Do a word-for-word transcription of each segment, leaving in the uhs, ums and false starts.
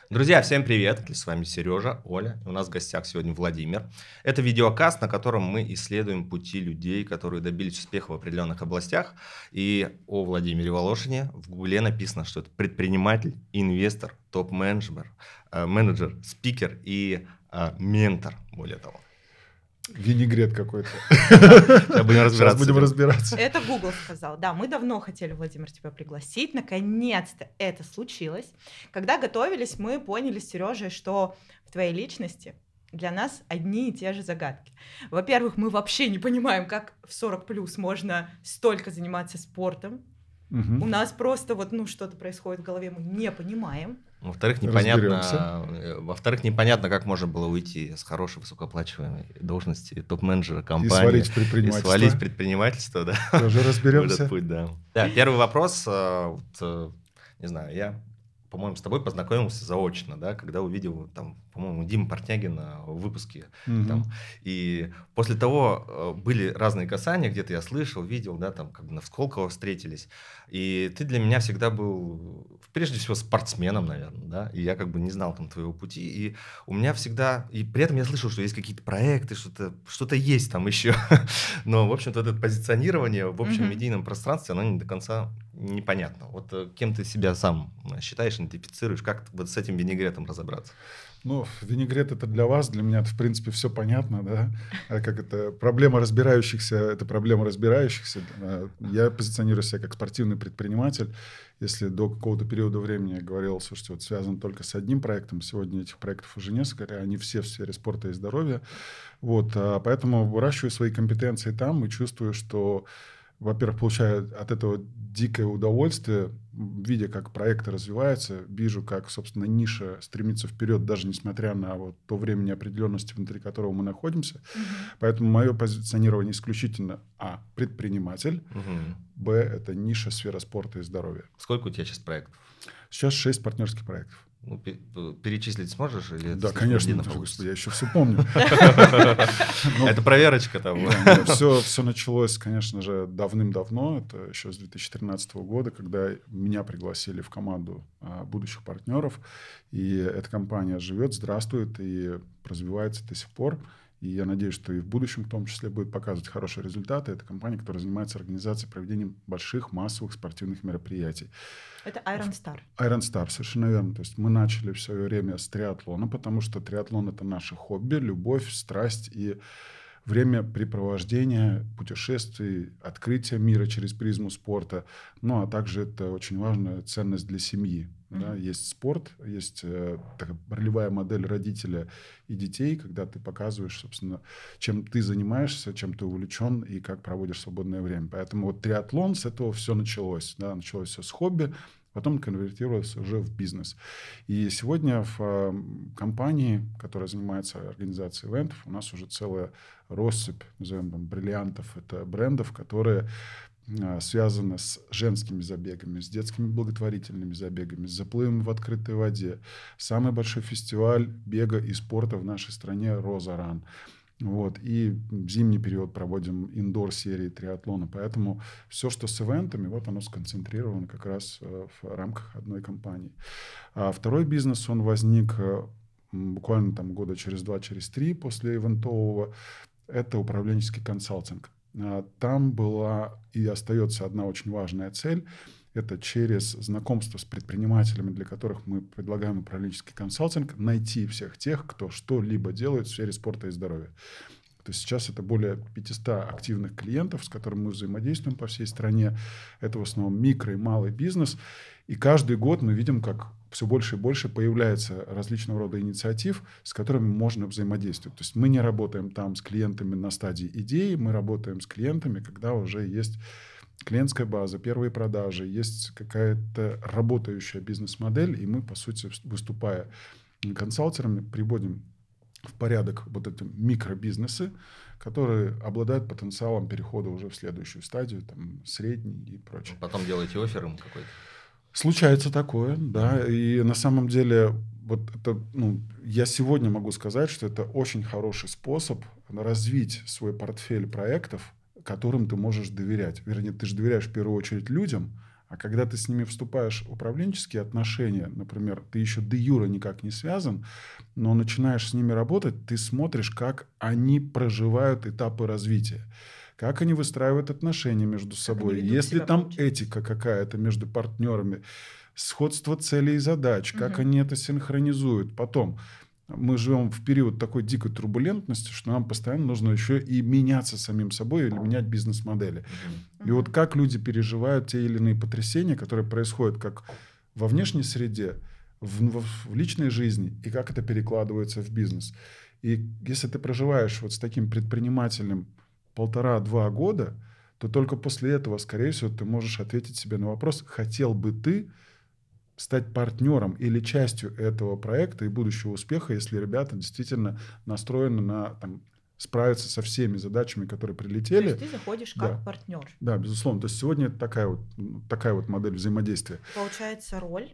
Друзья, всем привет! С вами Сережа, Оля. У нас в гостях сегодня Владимир. Это видеокаст, на котором мы исследуем пути людей, которые добились успеха в определенных областях. И о Владимире Волошине в Гугле написано, что это предприниматель, инвестор, топ-менеджер, э, менеджер, спикер и э, ментор, более того. Винегрет какой-то. Сейчас будем разбираться. Сейчас будем разбираться. Это Google сказал. Да, мы давно хотели, Владимир, тебя пригласить. Наконец-то это случилось. Когда готовились, мы поняли с Сережей, что в твоей личности для нас одни и те же загадки. Во-первых, мы вообще не понимаем, как в сорок плюс можно столько заниматься спортом. Угу. У нас просто вот, ну, что-то происходит в голове, мы не понимаем. Во-вторых, непонятно, во-вторых, непонятно, как можно было уйти с хорошей высокооплачиваемой должности топ-менеджера компании. И свалить в предпринимательство. И свалить в предпринимательство, да. Тоже разберемся. В этот путь, да. Да, первый вопрос, вот, не знаю, я, по-моему, с тобой познакомился заочно, да, когда увидел, там, по-моему, Диму Портнягина в выпуске. Угу. Там, и после того были разные касания, где-то я слышал, видел, да, там, как бы на Сколково встретились. И ты для меня всегда был, прежде всего, спортсменом, наверное, да, и я как бы не знал там твоего пути. И у меня всегда, и при этом я слышал, что есть какие-то проекты, что-то, что-то есть там еще. Но, в общем-то, это позиционирование в общем медийном пространстве, оно не до конца непонятно. Вот кем ты себя сам считаешь, идентифицируешь, как вот с этим винегретом разобраться? Ну, винегрет — это для вас, для меня, в принципе, все понятно, да. А как это проблема разбирающихся, это проблема разбирающихся. Я позиционирую себя как спортивный предприниматель. Если до какого-то периода времени я говорил, слушайте, вот связан только с одним проектом, сегодня этих проектов уже несколько, они все в сфере спорта и здоровья. Вот, поэтому выращиваю свои компетенции там и чувствую, что, во-первых, получаю от этого дикое удовольствие, видя, как проекты развиваются, вижу, как, собственно, ниша стремится вперед, даже несмотря на вот то время неопределенности, внутри которого мы находимся. Uh-huh. Поэтому мое позиционирование исключительно а. предприниматель, uh-huh. б. это ниша сфера спорта и здоровья. Сколько у тебя сейчас проектов? Сейчас шесть партнерских проектов. Ну, перечислить сможешь? Или да, конечно. Господи, я еще все помню. Это проверочка того. Все началось, конечно же, давным-давно. Это еще с две тысячи тринадцатого года, когда меня пригласили в команду будущих партнеров. И эта компания живет, здравствует и развивается до сих пор. И я надеюсь, что и в будущем в том числе будет показывать хорошие результаты. Это компания, которая занимается организацией, проведением больших массовых спортивных мероприятий. Это Iron Star. Iron Star, совершенно верно. То есть мы начали в свое время с триатлона, потому что триатлон — это наше хобби, любовь, страсть и времяпрепровождение, путешествий, открытие мира через призму спорта. Ну, а также это очень важная ценность для семьи. Mm-hmm. Да? Есть спорт, есть э, такая ролевая модель родителя и детей, когда ты показываешь, собственно, чем ты занимаешься, чем ты увлечен и как проводишь свободное время. Поэтому вот триатлон, с этого все началось. Да? Началось все с хобби, потом конвертировалось уже в бизнес. И сегодня в э, компании, которая занимается организацией ивентов, у нас уже целая россыпь, назовем там, бриллиантов. Это брендов, которые э, связаны с женскими забегами, с детскими благотворительными забегами, с заплывом в открытой воде. Самый большой фестиваль бега и спорта в нашей стране «Роза Ран». Вот. И в зимний период проводим индор-серии триатлона. Поэтому все, что с ивентами, вот оно сконцентрировано как раз в рамках одной компании. А второй бизнес, он возник буквально там года через два, через три после ивентового. Это управленческий консалтинг. Там была и остается одна очень важная цель. Это через знакомство с предпринимателями, для которых мы предлагаем управленческий консалтинг, найти всех тех, кто что-либо делает в сфере спорта и здоровья. То есть сейчас это более пятьсот активных клиентов, с которыми мы взаимодействуем по всей стране. Это в основном микро и малый бизнес. И каждый год мы видим, как все больше и больше появляется различного рода инициатив, с которыми можно взаимодействовать. То есть мы не работаем там с клиентами на стадии идеи, мы работаем с клиентами, когда уже есть клиентская база, первые продажи, есть какая-то работающая бизнес-модель, и мы, по сути, выступая консалтерами, приводим в порядок вот эти микробизнесы, которые обладают потенциалом перехода уже в следующую стадию, там, средний и прочее. Потом делаете оффер им какой-то? Случается такое, да, и на самом деле вот это, ну, я сегодня могу сказать, что это очень хороший способ развить свой портфель проектов, которым ты можешь доверять. Вернее, ты же доверяешь в первую очередь людям, А когда ты с ними вступаешь в управленческие отношения, например, ты еще де юре никак не связан, но начинаешь с ними работать, ты смотришь, как они проживают этапы развития, как они выстраивают отношения между собой, есть ли там получается. Этика какая-то между партнерами, сходство целей и задач, как угу. они это синхронизуют. Потом мы живем в период такой дикой турбулентности, что нам постоянно нужно еще и меняться самим собой или менять бизнес-модели. Mm-hmm. И вот как люди переживают те или иные потрясения, которые происходят как во внешней среде, в, в, в личной жизни, и как это перекладывается в бизнес. И если ты проживаешь вот с таким предпринимателем полтора-два года, то только после этого, скорее всего, ты можешь ответить себе на вопрос, хотел бы ты стать партнером или частью этого проекта и будущего успеха, если ребята действительно настроены на там, справиться со всеми задачами, которые прилетели. То есть ты заходишь как да. партнер. Да, безусловно. То есть сегодня такая вот, такая вот модель взаимодействия. Получается, роль,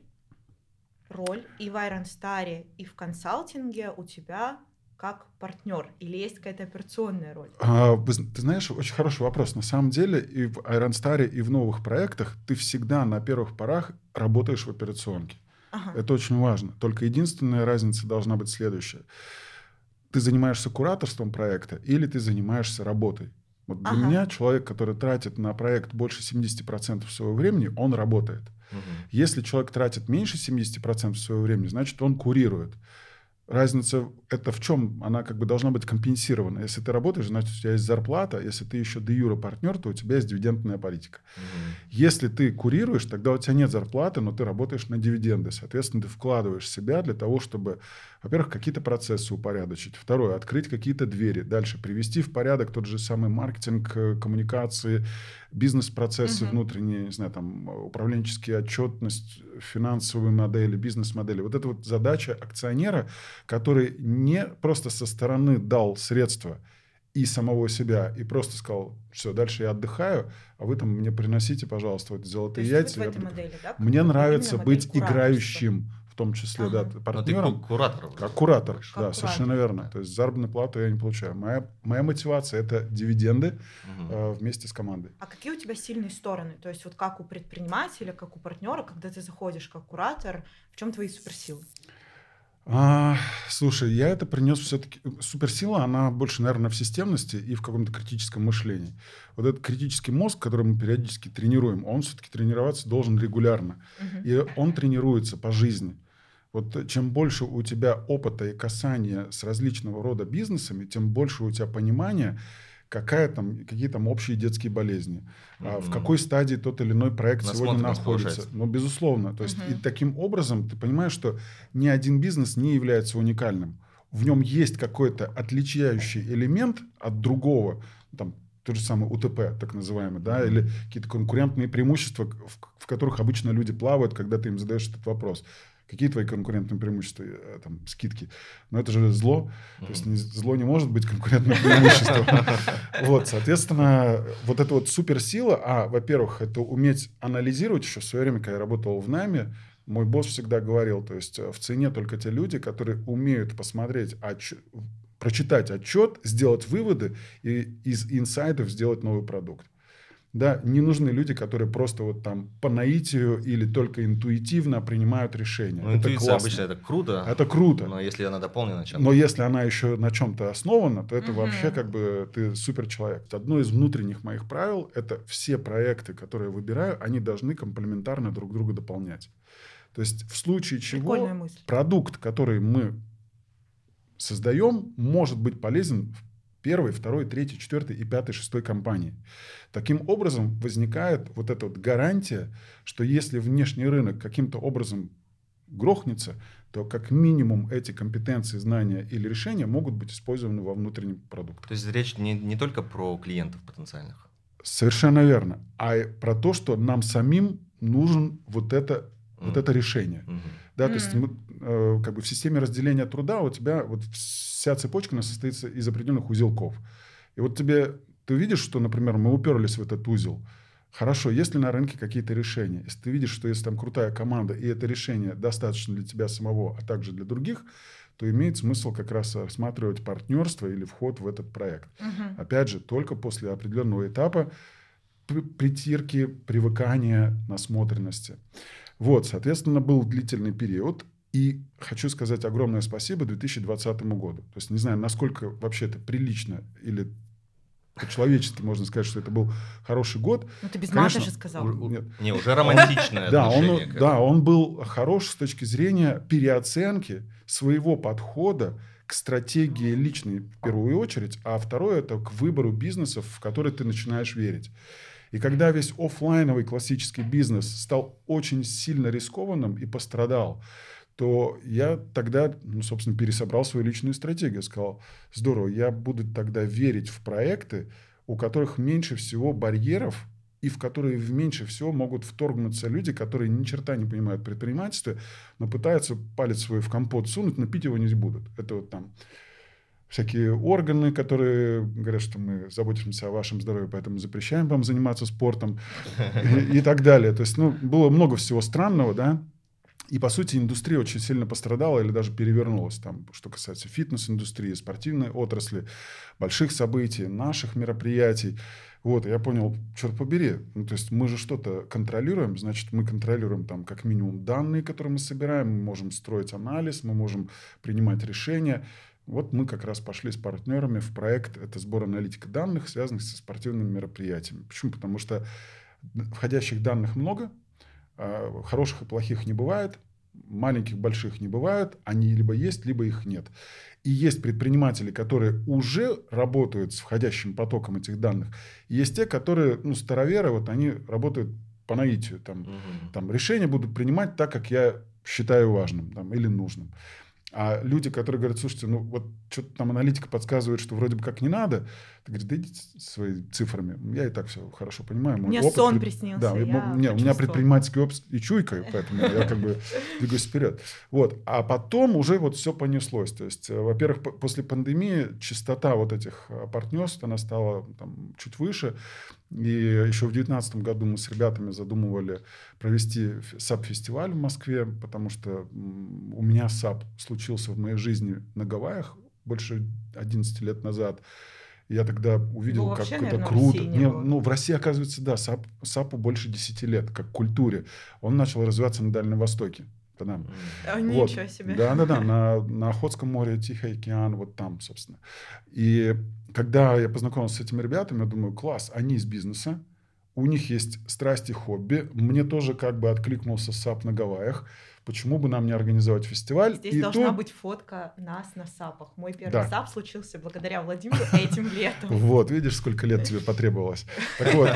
роль и в Ironstart, и в консалтинге у тебя как партнер? Или есть какая-то операционная роль? А, ты знаешь, очень хороший вопрос. На самом деле и в Ironstart, и в новых проектах ты всегда на первых порах работаешь в операционке. Ага. Это очень важно. Только единственная разница должна быть следующая. Ты занимаешься кураторством проекта или ты занимаешься работой. Вот для ага. меня человек, который тратит на проект больше семьдесят процентов своего времени, он работает. Угу. Если человек тратит меньше семьдесят процентов своего времени, значит, он курирует. Разница это в чем? Она как бы должна быть компенсирована. Если ты работаешь, значит, у тебя есть зарплата. Если ты еще де юре партнер, то у тебя есть дивидендная политика. Mm-hmm. Если ты курируешь, тогда у тебя нет зарплаты, но ты работаешь на дивиденды. Соответственно, ты вкладываешь себя для того, чтобы, во-первых, какие-то процессы упорядочить. Второе, открыть какие-то двери. Дальше, привести в порядок тот же самый маркетинг, коммуникации, бизнес-процессы mm-hmm. внутренние, не знаю, там, управленческие отчетность, финансовые модели, бизнес-модели. Вот это вот задача акционера, который не просто со стороны дал средства и самого себя, и просто сказал, все, дальше я отдыхаю, а вы там мне приносите, пожалуйста, вот золотые яйца. В этой модели, да? Мне нравится быть играющим, в том числе, ага. да, партнером. Ты куратор. Как куратор, как да, куратор. Совершенно верно. То есть заработную плату я не получаю. Моя, моя мотивация – это дивиденды угу. э, вместе с командой. А какие у тебя сильные стороны? То есть вот как у предпринимателя, как у партнера, когда ты заходишь как куратор, в чем твои суперсилы? А, слушай, я это принес все-таки... Суперсила, она больше, наверное, в системности и в каком-то критическом мышлении. Вот этот критический мозг, который мы периодически тренируем, он все-таки тренироваться должен регулярно. Uh-huh. И он тренируется по жизни. Вот чем больше у тебя опыта и касания с различного рода бизнесами, тем больше у тебя понимания, какая там, какие там общие детские болезни, mm-hmm. в какой стадии тот или иной проект сегодня находится. Ну, безусловно. То есть, mm-hmm. и таким образом ты понимаешь, что ни один бизнес не является уникальным. В нем есть какой-то отличающий элемент от другого, там, тот же самый УТП, так называемый, да, mm-hmm. или какие-то конкурентные преимущества, в, в которых обычно люди плавают, когда ты им задаешь этот вопрос. Какие твои конкурентные преимущества, там, скидки? Но это же зло. Mm-hmm. То есть не, зло не может быть конкурентным преимуществом. Вот, соответственно, вот эта вот суперсила, а, во-первых, это уметь анализировать. Еще в свое время, когда я работал в найме, мой босс всегда говорил, то есть в цене только те люди, которые умеют посмотреть, отчет, прочитать отчет, сделать выводы и из инсайдов сделать новый продукт. Да, не нужны люди, которые просто вот там по наитию или только интуитивно принимают решения. Ну, это интуиция классно. обычно это круто. Это круто. Но если она дополнена чем-то. Но если она еще на чем-то основана, то это угу. вообще как бы ты супер человек. Одно из внутренних моих правил – это все проекты, которые я выбираю, они должны комплементарно друг друга дополнять. То есть в случае чего продукт, который мы создаем, может быть полезен в первой, второй, третьей, четвертой и пятой, шестой компании. Таким образом возникает вот эта вот гарантия, что если внешний рынок каким-то образом грохнется, то как минимум эти компетенции, знания или решения могут быть использованы во внутреннем продукте. То есть речь не, не только про клиентов потенциальных? Совершенно верно. А и про то, что нам самим нужен вот это, mm. вот это решение. Mm-hmm. Да, mm-hmm. то есть мы, э, как бы в системе разделения труда у тебя вот вся цепочка она состоит из определенных узелков. И вот тебе, ты видишь, что, например, мы уперлись в этот узел. Хорошо, есть ли на рынке какие-то решения? Если ты видишь, что есть там крутая команда, и это решение достаточно для тебя самого, а также для других, то имеет смысл как раз рассматривать партнерство или вход в этот проект. Uh-huh. Опять же, только после определенного этапа притирки, привыкания, насмотренности. Вот, соответственно, был длительный период. И хочу сказать огромное спасибо две тысячи двадцатому году. То есть не знаю, насколько вообще это прилично или по-человечески можно сказать, что это был хороший год. Ну ты без Конечно, мата же сказал. У- у- Нет. Не, уже романтичное Да, он, отношение. к этому. да, он был хорош с точки зрения переоценки своего подхода к стратегии личной в первую очередь, а второе это к выбору бизнесов, в которые ты начинаешь верить. И когда весь офлайновый классический бизнес стал очень сильно рискованным и пострадал, то я тогда, ну, собственно, пересобрал свою личную стратегию. Сказал, здорово, я буду тогда верить в проекты, у которых меньше всего барьеров и в которые меньше всего могут вторгнуться люди, которые ни черта не понимают в предпринимательстве, но пытаются палец свой в компот сунуть, но пить его не будут. Это вот там всякие органы, которые говорят, что мы заботимся о вашем здоровье, поэтому запрещаем вам заниматься спортом и, и так далее. То есть, ну, было много всего странного, да. И, по сути, индустрия очень сильно пострадала или даже перевернулась. Там, что касается фитнес-индустрии, спортивной отрасли, больших событий, наших мероприятий. Вот, я понял, черт побери, ну, то есть мы же что-то контролируем, значит, мы контролируем там как минимум данные, которые мы собираем, мы можем строить анализ, мы можем принимать решения. Вот мы как раз пошли с партнерами в проект, это сбор аналитика данных, связанных со спортивными мероприятиями. Почему? Потому что входящих данных много, хороших и плохих не бывает, маленьких, больших не бывает, они либо есть, либо их нет. И есть предприниматели, которые уже работают с входящим потоком этих данных, и есть те, которые, ну, староверы, вот они работают по наитию, там, Мгм. там решения будут принимать так, как я считаю важным там, или нужным. А люди, которые говорят, слушайте, ну вот что-то там аналитика подсказывает, что вроде бы как не надо, ты говоришь, да идите своими цифрами, я и так все хорошо понимаю. Мой Мне опыт сон пред- приснился, Да, я не, у меня почувствовала. предпринимательский опыт и чуйка, поэтому я как бы двигаюсь вперед. Вот. А потом уже вот все понеслось. То есть, э, во-первых, п- после пандемии частота вот этих э, партнерств, она стала там, чуть выше. И еще в две тысячи девятнадцатом году мы с ребятами задумывали провести ф- САП-фестиваль в Москве, потому что м, у меня САП случился в моей жизни на Гавайях больше одиннадцати лет назад. Я тогда увидел, Его как вообще, это наверное, в круто. России не Не, было. ну, в России, оказывается, да, САП, САПу больше десяти лет, как культуре. Он начал развиваться на Дальнем Востоке. Тогда. М. А, Вот. ничего себе. Да-да-да, на, на Охотском море, Тихий океан, вот там, собственно. И когда я познакомился с этими ребятами, я думаю, класс, они из бизнеса, у них есть страсти, хобби. Мне тоже как бы откликнулся САП на Гавайях. Почему бы нам не организовать фестиваль? Здесь И должна тут- быть фотка нас на САПах. Мой первый Да. САП случился благодаря Владимиру этим летом. Вот, видишь, сколько лет тебе потребовалось. Так вот.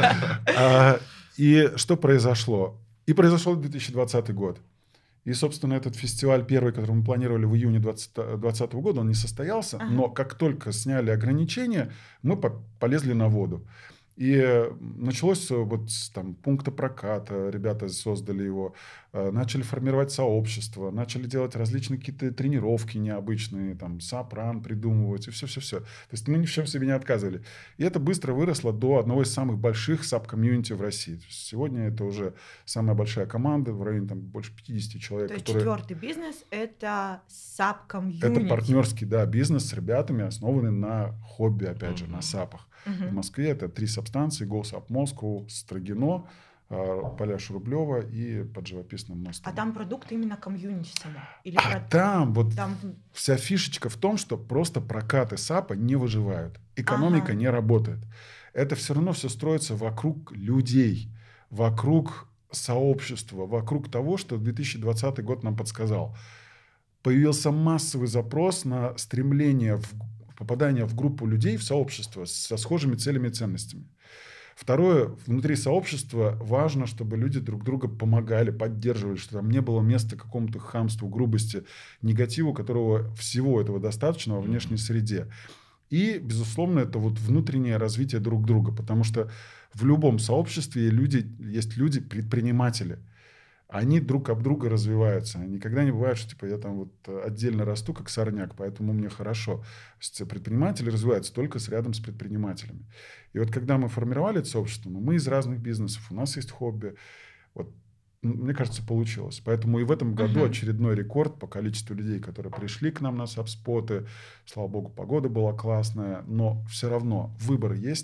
А, И что произошло? И произошел две тысячи двадцатый год. И, собственно, этот фестиваль первый, который мы планировали в июне две тысячи двадцатого года, он не состоялся. Ага. Но как только сняли ограничения, мы по- полезли на воду. И э, началось э, вот с там, пункта проката, ребята создали его, э, начали формировать сообщество, начали делать различные какие-то тренировки необычные, там, САП-ран придумывать и все-все-все. То есть мы ни в чем себе не отказывали. И это быстро выросло до одного из самых больших САП-комьюнити в России. То есть сегодня это уже самая большая команда, в районе там, больше пятидесяти человек. То есть которые... четвертый бизнес — это САП-комьюнити. Это партнерский, да, бизнес с ребятами, основанный на хобби, опять же, Мгм. на САПах. Мгм. В Москве это три субстанции: GoSap Moscow, Строгино, э, Поля Шрублева и под живописным мостом. А там продукт именно комьюнити само? Или А про- там вот там... вся фишечка в том, что просто прокаты САПа не выживают. Экономика Ага. не работает. Это все равно все строится вокруг людей, вокруг сообщества, вокруг того, что две тысячи двадцатый год нам подсказал. Появился массовый запрос на стремление в попадание в группу людей, в сообщество со схожими целями и ценностями. Второе, внутри сообщества важно, чтобы люди друг друга помогали, поддерживали, что там не было места какому-то хамству, грубости, негативу, которого всего этого достаточно во внешней среде. И, безусловно, это вот внутреннее развитие друг друга, потому что в любом сообществе люди, есть люди-предприниматели. Они друг об друга развиваются. Никогда не бывает, что типа я там вот отдельно расту, как сорняк, поэтому мне хорошо. То есть предприниматели развиваются только с рядом с предпринимателями. И вот когда мы формировали это сообщество, ну, мы из разных бизнесов, у нас есть хобби. Вот, мне кажется, получилось. Поэтому и в этом году Мгм. очередной рекорд по количеству людей, которые пришли к нам на сабспоты. Слава богу, погода была классная, но все равно выбор есть.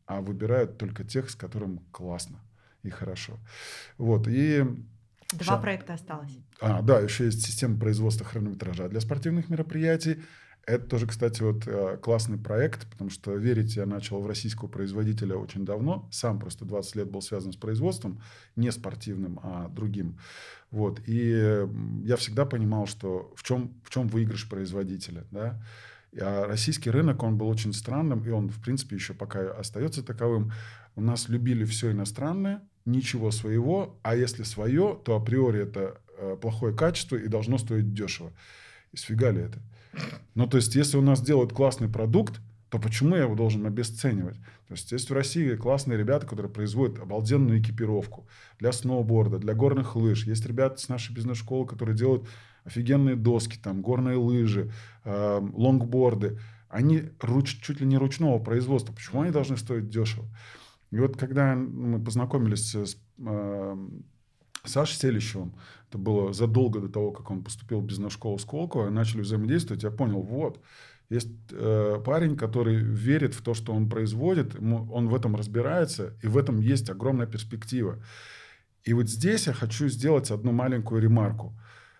а выбирают только тех, с которым классно и хорошо. Вот, и... Два Ша... проекта осталось. А, да, еще есть система производства хронометража для спортивных мероприятий. Это тоже, кстати, вот классный проект, потому что верить я начал в российского производителя очень давно. Сам просто двадцать лет был связан с производством, не спортивным, а другим. Вот. И я всегда понимал, что в чем, в чем выигрыш производителя. Да? А российский рынок, он был очень странным, и он, в принципе, еще пока остается таковым. У нас любили все иностранное, ничего своего, а если свое, то априори это плохое качество и должно стоить дешево. И сфига ли это? Ну, то есть, если у нас делают классный продукт, то почему я его должен обесценивать? То есть, есть в России классные ребята, которые производят обалденную экипировку для сноуборда, для горных лыж. Есть ребята с нашей бизнес-школы, которые делают офигенные доски, там, горные лыжи, э, лонгборды. Они руч, чуть ли не ручного производства. Почему они должны стоить дешево? И вот, когда мы познакомились с... Э, Сашей Селищевым, это было задолго до того, как он поступил в бизнес-школу Сколково, начали взаимодействовать, я понял, вот, есть э, парень, который верит в то, что он производит, ему, он в этом разбирается, и в этом есть огромная перспектива. И вот здесь я хочу сделать одну маленькую ремарку.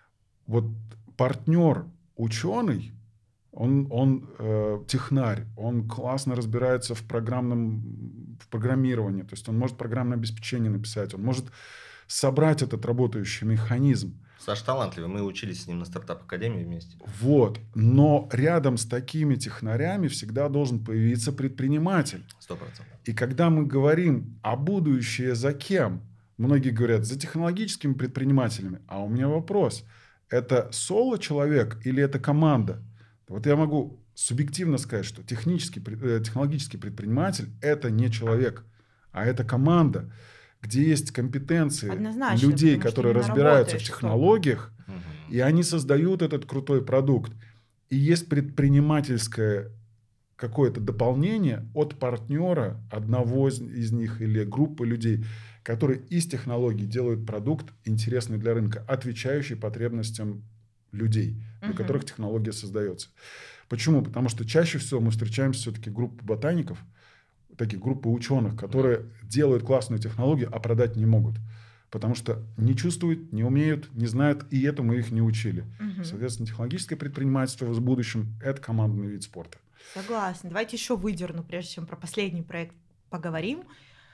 Вот партнер ученый, он, он э, технарь, он классно разбирается в программном, в программировании, то есть он может программное обеспечение написать, он может собрать этот работающий механизм. Саша талантливый, мы учились с ним на стартап-академии вместе. Вот, но рядом с такими технарями всегда должен появиться предприниматель. Сто процентов. И когда мы говорим о будущее за кем, многие говорят за технологическими предпринимателями, а у меня вопрос, это соло-человек или это команда? Вот я могу субъективно сказать, что технический, технологический предприниматель – это не человек, а это команда, где есть компетенции Однозначно, людей, которые разбираются в технологиях, угу. и они создают этот крутой продукт. И есть предпринимательское какое-то дополнение от партнера, одного из, из них или группы людей, которые из технологий делают продукт интересный для рынка, отвечающий потребностям людей, для угу. которых технология создается. Почему? Потому что чаще всего мы встречаемся все-таки группой ботаников, такие группы ученых, которые делают классную технологию, а продать не могут. Потому что не чувствуют, не умеют, не знают, и этому их не учили. Угу. Соответственно, технологическое предпринимательство в будущем – это командный вид спорта. Согласна. Давайте еще выдерну, прежде чем про последний проект поговорим.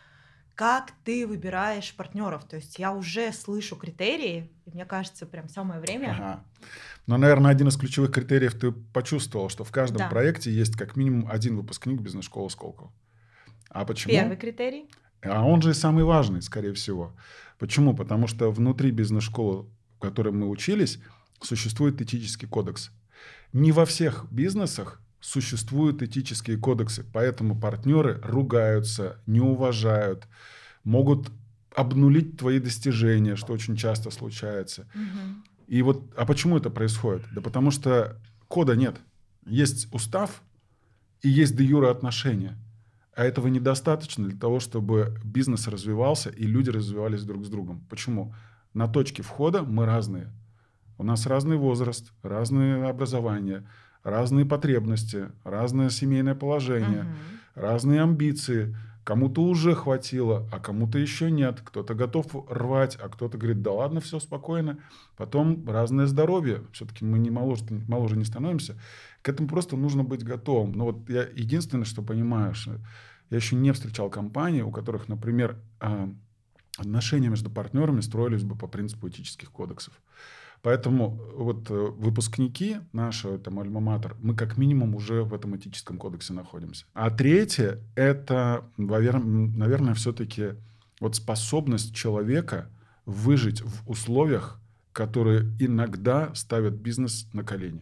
Как ты выбираешь партнеров? То есть я уже слышу критерии, и мне кажется, прям самое время. Ага. Но, наверное, один из ключевых критериев ты почувствовал, что в каждом да. проекте есть как минимум один выпускник бизнес-школы Сколково. А почему? Первый критерий. А он же самый важный, скорее всего. Почему? Потому что внутри бизнес-школы, в которой мы учились, существует этический кодекс. Не во всех бизнесах существуют этические кодексы, поэтому партнеры ругаются, не уважают, могут обнулить твои достижения, что очень часто случается. Угу. И вот, а почему это происходит? Да потому что кода нет. Есть устав и есть де юре отношения. А этого недостаточно для того, чтобы бизнес развивался и люди развивались друг с другом. Почему? На точке входа мы разные. У нас разный возраст, разное образование, разные потребности, разное семейное положение, uh-huh. разные амбиции. Кому-то уже хватило, а кому-то еще нет. Кто-то готов рвать, а кто-то говорит, да ладно, все спокойно. Потом разное здоровье. Все-таки мы не моложе, моложе не становимся. К этому просто нужно быть готовым. Но вот я единственное, что понимаю, что я еще не встречал компании, у которых, например, отношения между партнерами строились бы по принципу этических кодексов. Поэтому вот выпускники нашего там альма-матер, мы как минимум уже в этом этическом кодексе находимся. А третье – это, наверное, все-таки вот способность человека выжить в условиях, которые иногда ставят бизнес на колени.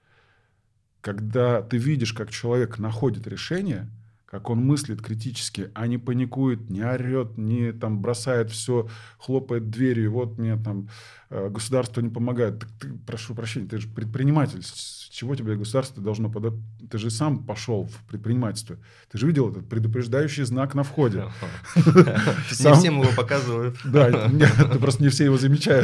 Когда ты видишь, как человек находит решение, как он мыслит критически, а не паникует, не орет, не там, бросает все, хлопает дверью, вот мне там государство не помогает. Так ты, прошу прощения, ты же предприниматель. С чего тебе государство должно подать? Ты же сам пошел в предпринимательство. Ты же видел этот предупреждающий знак на входе. Не всем его показывают. Да, ты просто не все его замечаешь.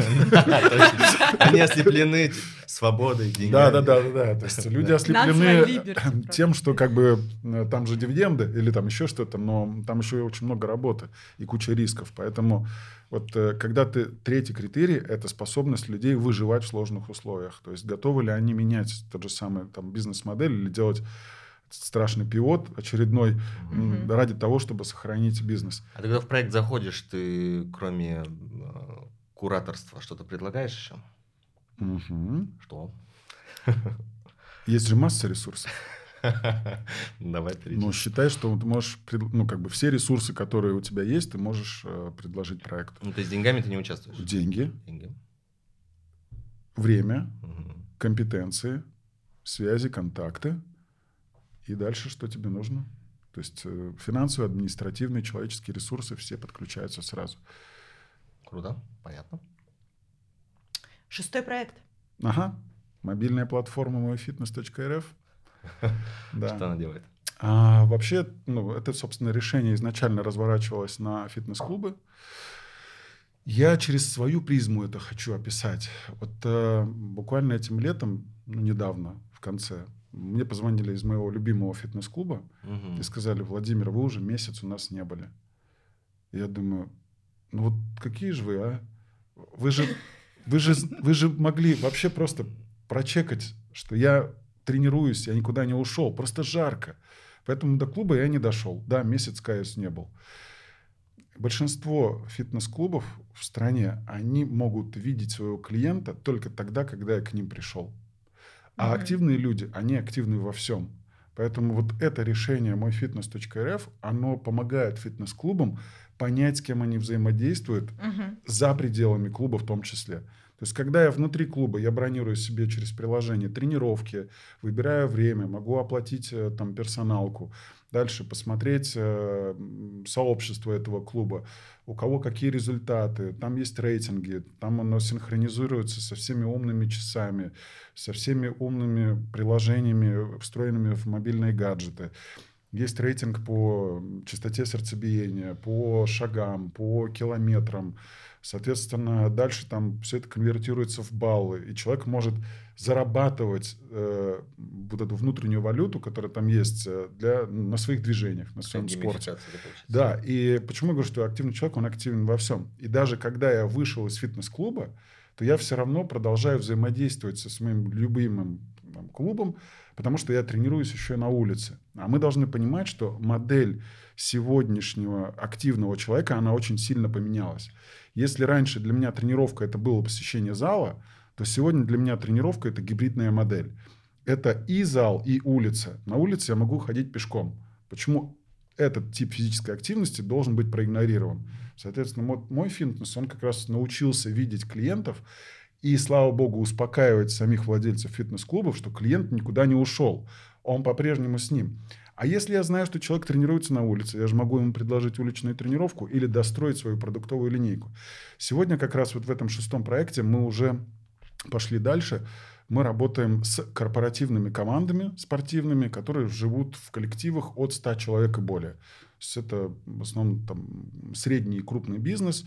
Они ослеплены свободой, деньгами. Да, да, да, да. То есть люди ослеплены тем, что как бы там же дивиденды или там еще что-то, но там еще очень много работы и куча рисков. Поэтому вот когда ты третий критерий, это способность людей выживать в сложных условиях. То есть готовы ли они менять тот же самый там бизнес-модель или делать страшный пивот очередной mm-hmm. ради того, чтобы сохранить бизнес. А ты когда в проект заходишь, ты кроме э, кураторства что-то предлагаешь еще? Mm-hmm. Что? Есть же масса ресурсов. Давай перейдем. Но считай, что ты можешь, ну, как бы все ресурсы, которые у тебя есть, ты можешь э, предложить проекту. Ну, то есть деньгами ты не участвуешь? Деньги. Деньги. Время. Угу. Компетенции. Связи, контакты. И дальше что тебе нужно? То есть э, финансовые, административные, человеческие ресурсы все подключаются сразу. Круто, понятно. Шестой проект. Ага. Мобильная платформа мой фитнес точка эр эф. Да. Что она делает? А, вообще, ну, это, собственно, решение изначально разворачивалось на фитнес-клубы. Я через свою призму это хочу описать. Вот э, буквально этим летом, ну, недавно, в конце, мне позвонили из моего любимого фитнес-клуба угу. и сказали: Владимир, вы уже месяц у нас не были. Я думаю, ну вот какие же вы, а? Вы же, вы же, вы же могли вообще просто прочекать, что я тренируюсь, я никуда не ушел, просто жарко. Поэтому до клуба я не дошел. Да, месяц, каюсь, не был. Большинство фитнес-клубов в стране, они могут видеть своего клиента только тогда, когда я к ним пришел. А mm-hmm. активные люди, они активны во всем. Поэтому вот это решение мой фитнес точка эр эф, оно помогает фитнес-клубам понять, с кем они взаимодействуют mm-hmm. за пределами клуба в том числе. То есть, когда я внутри клуба, я бронирую себе через приложение тренировки, выбираю время, могу оплатить там персоналку, дальше посмотреть э, сообщество этого клуба, у кого какие результаты, там есть рейтинги, там оно синхронизируется со всеми умными часами, со всеми умными приложениями, встроенными в мобильные гаджеты. Есть рейтинг по частоте сердцебиения, по шагам, по километрам. Соответственно, дальше там все это конвертируется в баллы, и человек может зарабатывать э, вот эту внутреннюю валюту, которая там есть, для, на своих движениях, на своем спорте. Да, и почему я говорю, что активный человек, он активен во всем. И даже когда я вышел из фитнес-клуба, то я все равно продолжаю взаимодействовать со своим любимым там, клубом, потому что я тренируюсь еще и на улице. А мы должны понимать, что модель сегодняшнего активного человека, она очень сильно поменялась. Если раньше для меня тренировка это было посещение зала, то сегодня для меня тренировка это гибридная модель. Это и зал, и улица. На улице я могу ходить пешком. Почему этот тип физической активности должен быть проигнорирован? Соответственно, мой, мой фитнес, он как раз научился видеть клиентов и, слава богу, успокаивать самих владельцев фитнес-клубов, что клиент никуда не ушел. Он по-прежнему с ним. А если я знаю, что человек тренируется на улице, я же могу ему предложить уличную тренировку или достроить свою продуктовую линейку. Сегодня как раз вот в этом шестом проекте мы уже пошли дальше. Мы работаем с корпоративными командами спортивными, которые живут в коллективах от ста человек и более. То есть это в основном там, средний и крупный бизнес.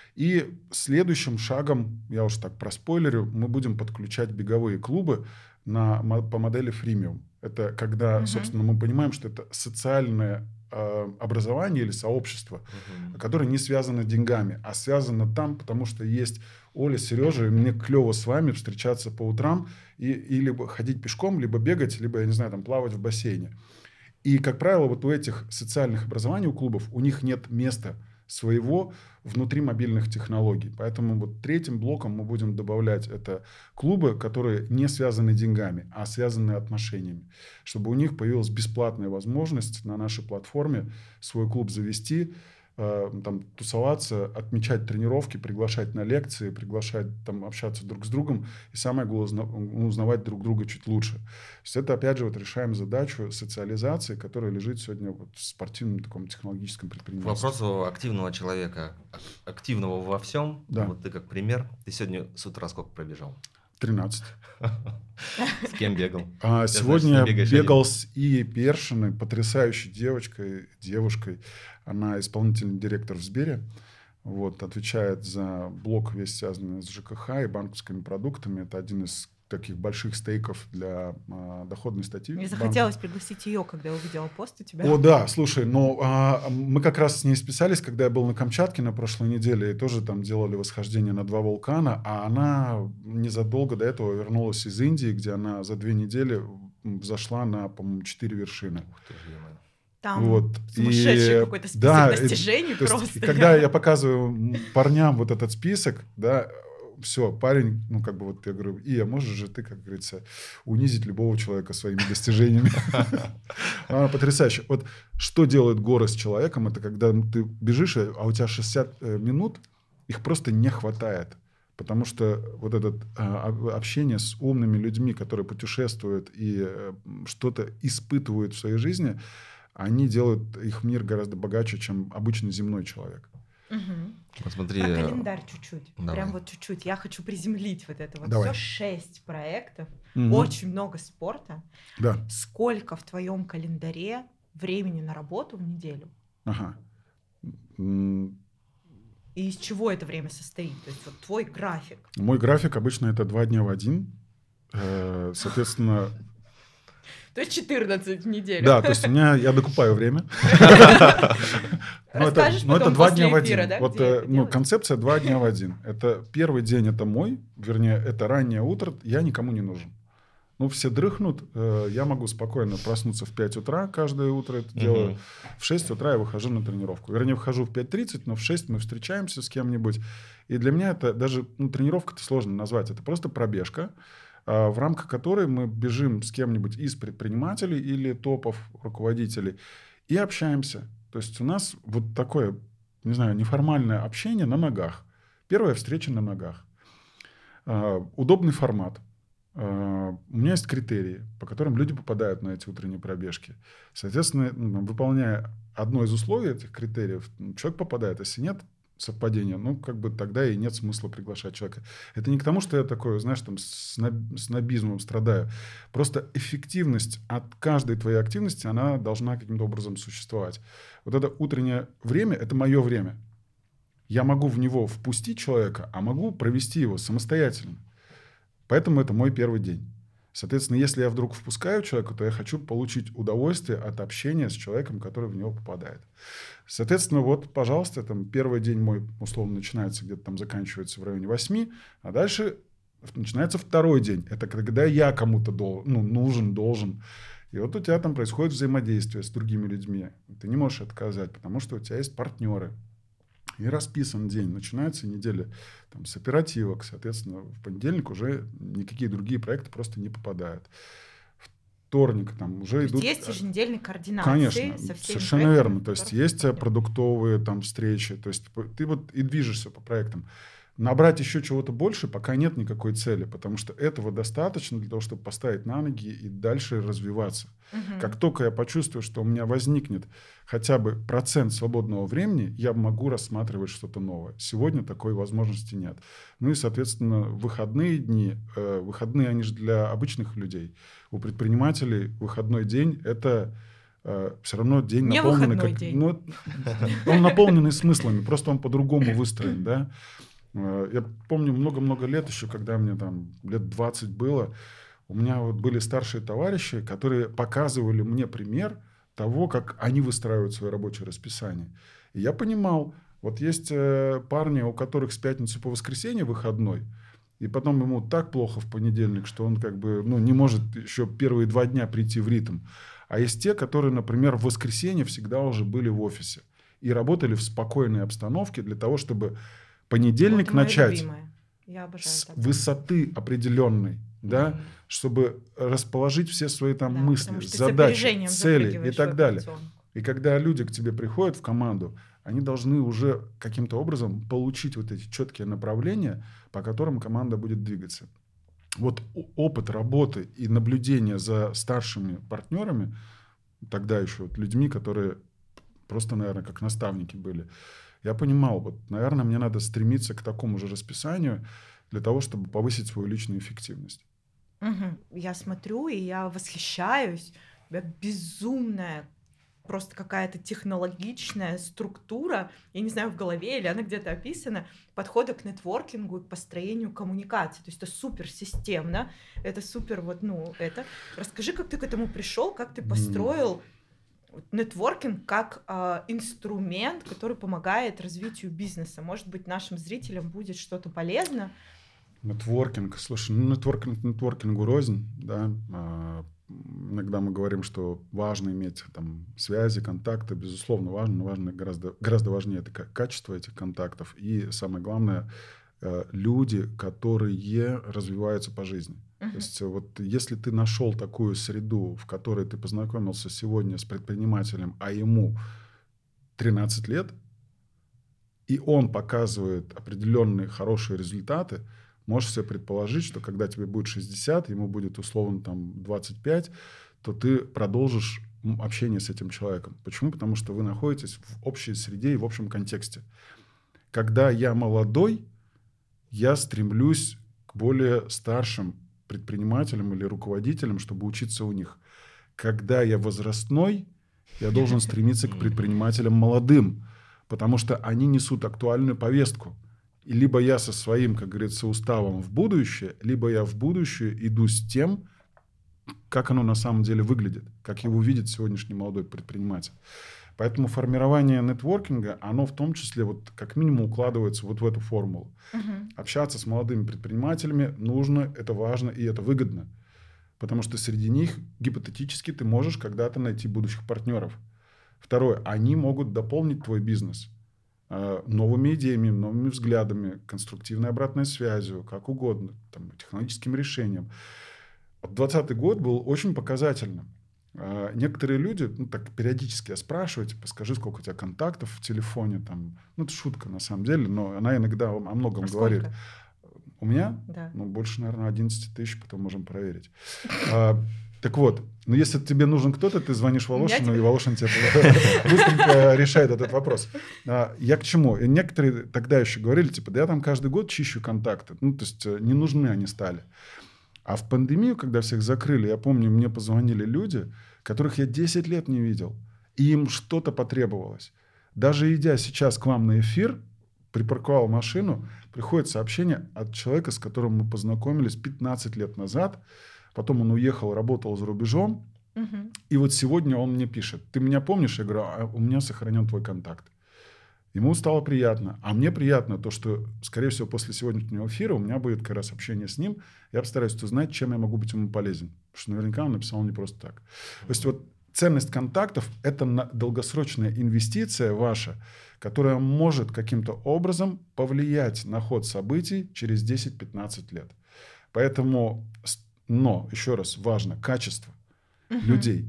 И следующим шагом, я уж так проспойлерю, мы будем подключать беговые клубы на, по модели фримиум. Это когда, uh-huh. собственно, мы понимаем, что это социальное э, образование или сообщество, uh-huh. которое не связано деньгами, а связано там, потому что есть Оля, Сережа, и мне клево с вами встречаться по утрам и, и либо ходить пешком, либо бегать, либо, я не знаю, там, плавать в бассейне. И, как правило, вот у этих социальных образований, у клубов, у них нет места своего внутри мобильных технологий. Поэтому вот третьим блоком мы будем добавлять это клубы, которые не связаны деньгами, а связаны отношениями. Чтобы у них появилась бесплатная возможность на нашей платформе свой клуб завести, э, там, тусоваться, отмечать тренировки, приглашать на лекции, приглашать там, общаться друг с другом и самое главное, узнавать друг друга чуть лучше. То есть это, опять же, вот решаем задачу социализации, которая лежит сегодня вот в спортивном таком технологическом К предпринимательстве. вопросу активного человека, активного во всем, Да. вот ты как пример, ты сегодня с утра сколько пробежал? тринадцать. С кем бегал? А сегодня я бегал с Ией Першиной, потрясающей девочкой, девушкой. Она исполнительный директор в Сбере. Вот, отвечает за блок весь связанный с ЖКХ и банковскими продуктами. Это один из таких больших стейков для а, доходной статьи. Мне захотелось банка. Пригласить ее, когда я увидела пост у тебя. О, да, слушай, ну а, мы как раз с ней списались, когда я был на Камчатке на прошлой неделе, и тоже там делали восхождение на два вулкана, а она незадолго до этого вернулась из Индии, где она за две недели взошла на, по-моему, четыре вершины. Там вот. Сумасшедший и, какой-то список да, достижений и, просто. Есть, и когда я показываю парням вот этот список, да, все, парень, ну, как бы вот я говорю, Ия, можешь же ты, как говорится, унизить любого человека своими достижениями. Она потрясающая. Вот что делает горы с человеком, это когда ты бежишь, а у тебя шестьдесят минут, их просто не хватает. Потому что вот это общение с умными людьми, которые путешествуют и что-то испытывают в своей жизни, они делают их мир гораздо богаче, чем обычный земной человек. Угу. Вот смотри, про календарь чуть-чуть. Давай. Прям вот чуть-чуть. Я хочу приземлить вот это вот Давай. все. Шесть проектов, угу. очень много спорта. Да. Сколько в твоем календаре времени на работу в неделю? Ага. И из чего это время состоит? То есть вот твой график. Мой график обычно это два дня в один. Соответственно... То есть четырнадцать в неделю. Да, то есть у меня, я докупаю время. Но это, но это два дня в один. Да, вот ну, концепция два дня в один. Это первый день это мой, вернее, это раннее утро, я никому не нужен. Ну, все дрыхнут, я могу спокойно проснуться в пять утра, каждое утро это делаю. Uh-huh. В шесть утра я выхожу на тренировку. Вернее, выхожу в пять тридцать, но в шесть мы встречаемся с кем-нибудь. И для меня это даже, ну, тренировка-то сложно назвать, это просто пробежка, в рамках которой мы бежим с кем-нибудь из предпринимателей или топов руководителей и общаемся. То есть у нас вот такое, не знаю, неформальное общение на ногах. Первая встреча на ногах. Удобный формат. У меня есть критерии, по которым люди попадают на эти утренние пробежки. Соответственно, выполняя одно из условий этих критериев, человек попадает. Если нет совпадения, ну, как бы тогда и нет смысла приглашать человека. Это не к тому, что я такой, знаешь, там, снобизмом страдаю. Просто эффективность от каждой твоей активности, она должна каким-то образом существовать. Вот это утреннее время, это мое время. Я могу в него впустить человека, а могу провести его самостоятельно. Поэтому это мой первый день. Соответственно, если я вдруг впускаю человека, то я хочу получить удовольствие от общения с человеком, который в него попадает. Соответственно, вот, пожалуйста, там первый день мой, условно, начинается где-то там, заканчивается в районе восьми, а дальше начинается второй день. Это когда я кому-то дол- ну, нужен, должен. И вот у тебя там происходит взаимодействие с другими людьми. Ты не можешь отказать, потому что у тебя есть партнеры. И расписан день. Начинается неделя там, с оперативок. Соответственно, в понедельник уже никакие другие проекты просто не попадают. Вторник там уже то идут... Есть еженедельные координации. Конечно, со всеми совершенно верно. То есть есть продуктовые там встречи. То есть ты вот и движешься по проектам. Набрать еще чего-то больше пока нет никакой цели, потому что этого достаточно для того, чтобы поставить на ноги и дальше развиваться. Угу. Как только я почувствую, что у меня возникнет хотя бы процент свободного времени, я могу рассматривать что-то новое. Сегодня такой возможности нет. Ну и, соответственно, выходные дни, э, выходные они же для обычных людей. У предпринимателей выходной день – это... все равно день не наполненный... Как, день. Ну, он наполненный смыслами, просто он по-другому выстроен, да. Я помню много-много лет еще, когда мне там лет двадцать было, у меня вот были старшие товарищи, которые показывали мне пример того, как они выстраивают свое рабочее расписание. И я понимал, вот есть парни, у которых с пятницы по воскресенье выходной, и потом ему так плохо в понедельник, что он как бы ну, не может еще первые два дня прийти в ритм. А есть те, которые, например, в воскресенье всегда уже были в офисе и работали в спокойной обстановке для того, чтобы понедельник вот начать Я обожаю с это. высоты определенной, да, mm-hmm. чтобы расположить все свои там да, мысли, задачи, цели и так далее. И когда люди к тебе приходят в команду, они должны уже каким-то образом получить вот эти четкие направления, по которым команда будет двигаться. Вот опыт работы и наблюдения за старшими партнерами, тогда еще вот людьми, которые просто, наверное, как наставники были, я понимал, вот, наверное, мне надо стремиться к такому же расписанию для того, чтобы повысить свою личную эффективность. Угу. Я смотрю, и я восхищаюсь. У тебя безумная, просто какая-то технологичная структура, я не знаю, в голове или она где-то описана, подхода к нетворкингу и к построению коммуникации. То есть это супер системно, это супер вот, ну, это. Расскажи, как ты к этому пришел, как ты построил нетворкинг как э, инструмент, который помогает развитию бизнеса. Может быть, нашим зрителям будет что-то полезно. Нетворкинг. Слушай, ну нетворкинг нетворкингу рознь, да. А, иногда мы говорим, что важно иметь там связи, контакты. Безусловно, важно, но важно гораздо, гораздо важнее это качество этих контактов. И самое главное, люди, которые развиваются по жизни. Uh-huh. То есть вот если ты нашел такую среду, в которой ты познакомился сегодня с предпринимателем, а ему тринадцать лет, и он показывает определенные хорошие результаты, можешь себе предположить, что когда тебе будет шестьдесят, ему будет условно там двадцать пять, то ты продолжишь общение с этим человеком. Почему? Потому что вы находитесь в общей среде и в общем контексте. Когда я молодой, я стремлюсь к более старшим предпринимателям или руководителям, чтобы учиться у них. Когда я возрастной, я должен стремиться к предпринимателям молодым, потому что они несут актуальную повестку. И либо я со своим, как говорится, уставом в будущее, либо я в будущее иду с тем, как оно на самом деле выглядит, как его видит сегодняшний молодой предприниматель. Поэтому формирование нетворкинга, оно в том числе вот как минимум укладывается вот в эту формулу. Uh-huh. Общаться с молодыми предпринимателями нужно, это важно и это выгодно. Потому что среди них гипотетически ты можешь когда-то найти будущих партнеров. Второе, они могут дополнить твой бизнес э, новыми идеями, новыми взглядами, конструктивной обратной связью, как угодно, там, технологическим решением. двадцатый год был очень показательным. Некоторые люди, ну так периодически я спрашиваю, типа, скажи, сколько у тебя контактов в телефоне, там, ну это шутка на самом деле, но она иногда о многом а говорит. Сколько? У меня? Да. Ну больше, наверное, одиннадцать тысяч, потом можем проверить. а, так вот, ну если тебе нужен кто-то, ты звонишь Волошину, тебе... и Волошин тебе быстренько решает этот вопрос. А, я к чему? И некоторые тогда еще говорили, типа, да я там каждый год чищу контакты, ну то есть не нужны они стали. А в пандемию, когда всех закрыли, я помню, мне позвонили люди, которых я десять лет не видел, и им что-то потребовалось. Даже идя сейчас к вам на эфир, припарковал машину, приходит сообщение от человека, с которым мы познакомились пятнадцать лет назад, потом он уехал, работал за рубежом, угу. И вот сегодня он мне пишет, ты меня помнишь? Я говорю, а у меня сохранен твой контакт. Ему стало приятно. А мне приятно то, что, скорее всего, после сегодняшнего эфира у меня будет как раз общение с ним. Я постараюсь узнать, чем я могу быть ему полезен. Потому что наверняка он написал не просто так. То есть вот ценность контактов – это долгосрочная инвестиция ваша, которая может каким-то образом повлиять на ход событий через десять-пятнадцать лет. Поэтому, но, еще раз, важно качество угу. людей.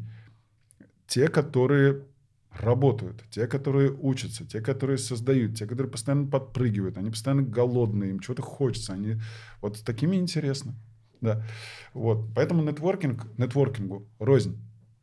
Те, которые... работают, те, которые учатся, те, которые создают, те, которые постоянно подпрыгивают, они постоянно голодные, им чего-то хочется, они вот с такими интересно, да, вот, поэтому нетворкинг, нетворкингу рознь.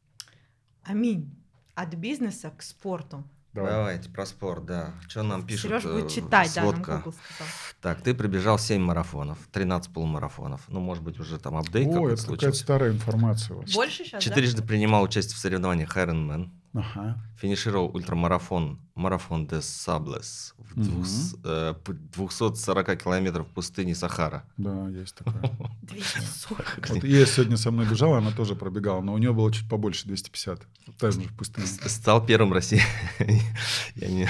Аминь. От бизнеса к спорту. Давай. Давайте про спорт, да. Что нам пишут? Сереж будет читать, сводка. Да, нам Google сказал. Так, ты пробежал семь марафонов, тринадцать полумарафонов. Ну, может быть, уже там апдейт О, какой-то это случился. какая-то старая информация. Вот. Больше сейчас, Четырежды да? принимал участие в соревнованиях Ironman. Ага. Финишировал ультрамарафон Марафон де Саблес в угу. двухсот сорока километров пустыни Сахара. Да, есть такое. двести сорок. Вот я сегодня со мной бежала, она тоже пробегала, но у нее было чуть побольше, двести пятьдесят. Там же в пустыне. Стал первым россиянином. Я не...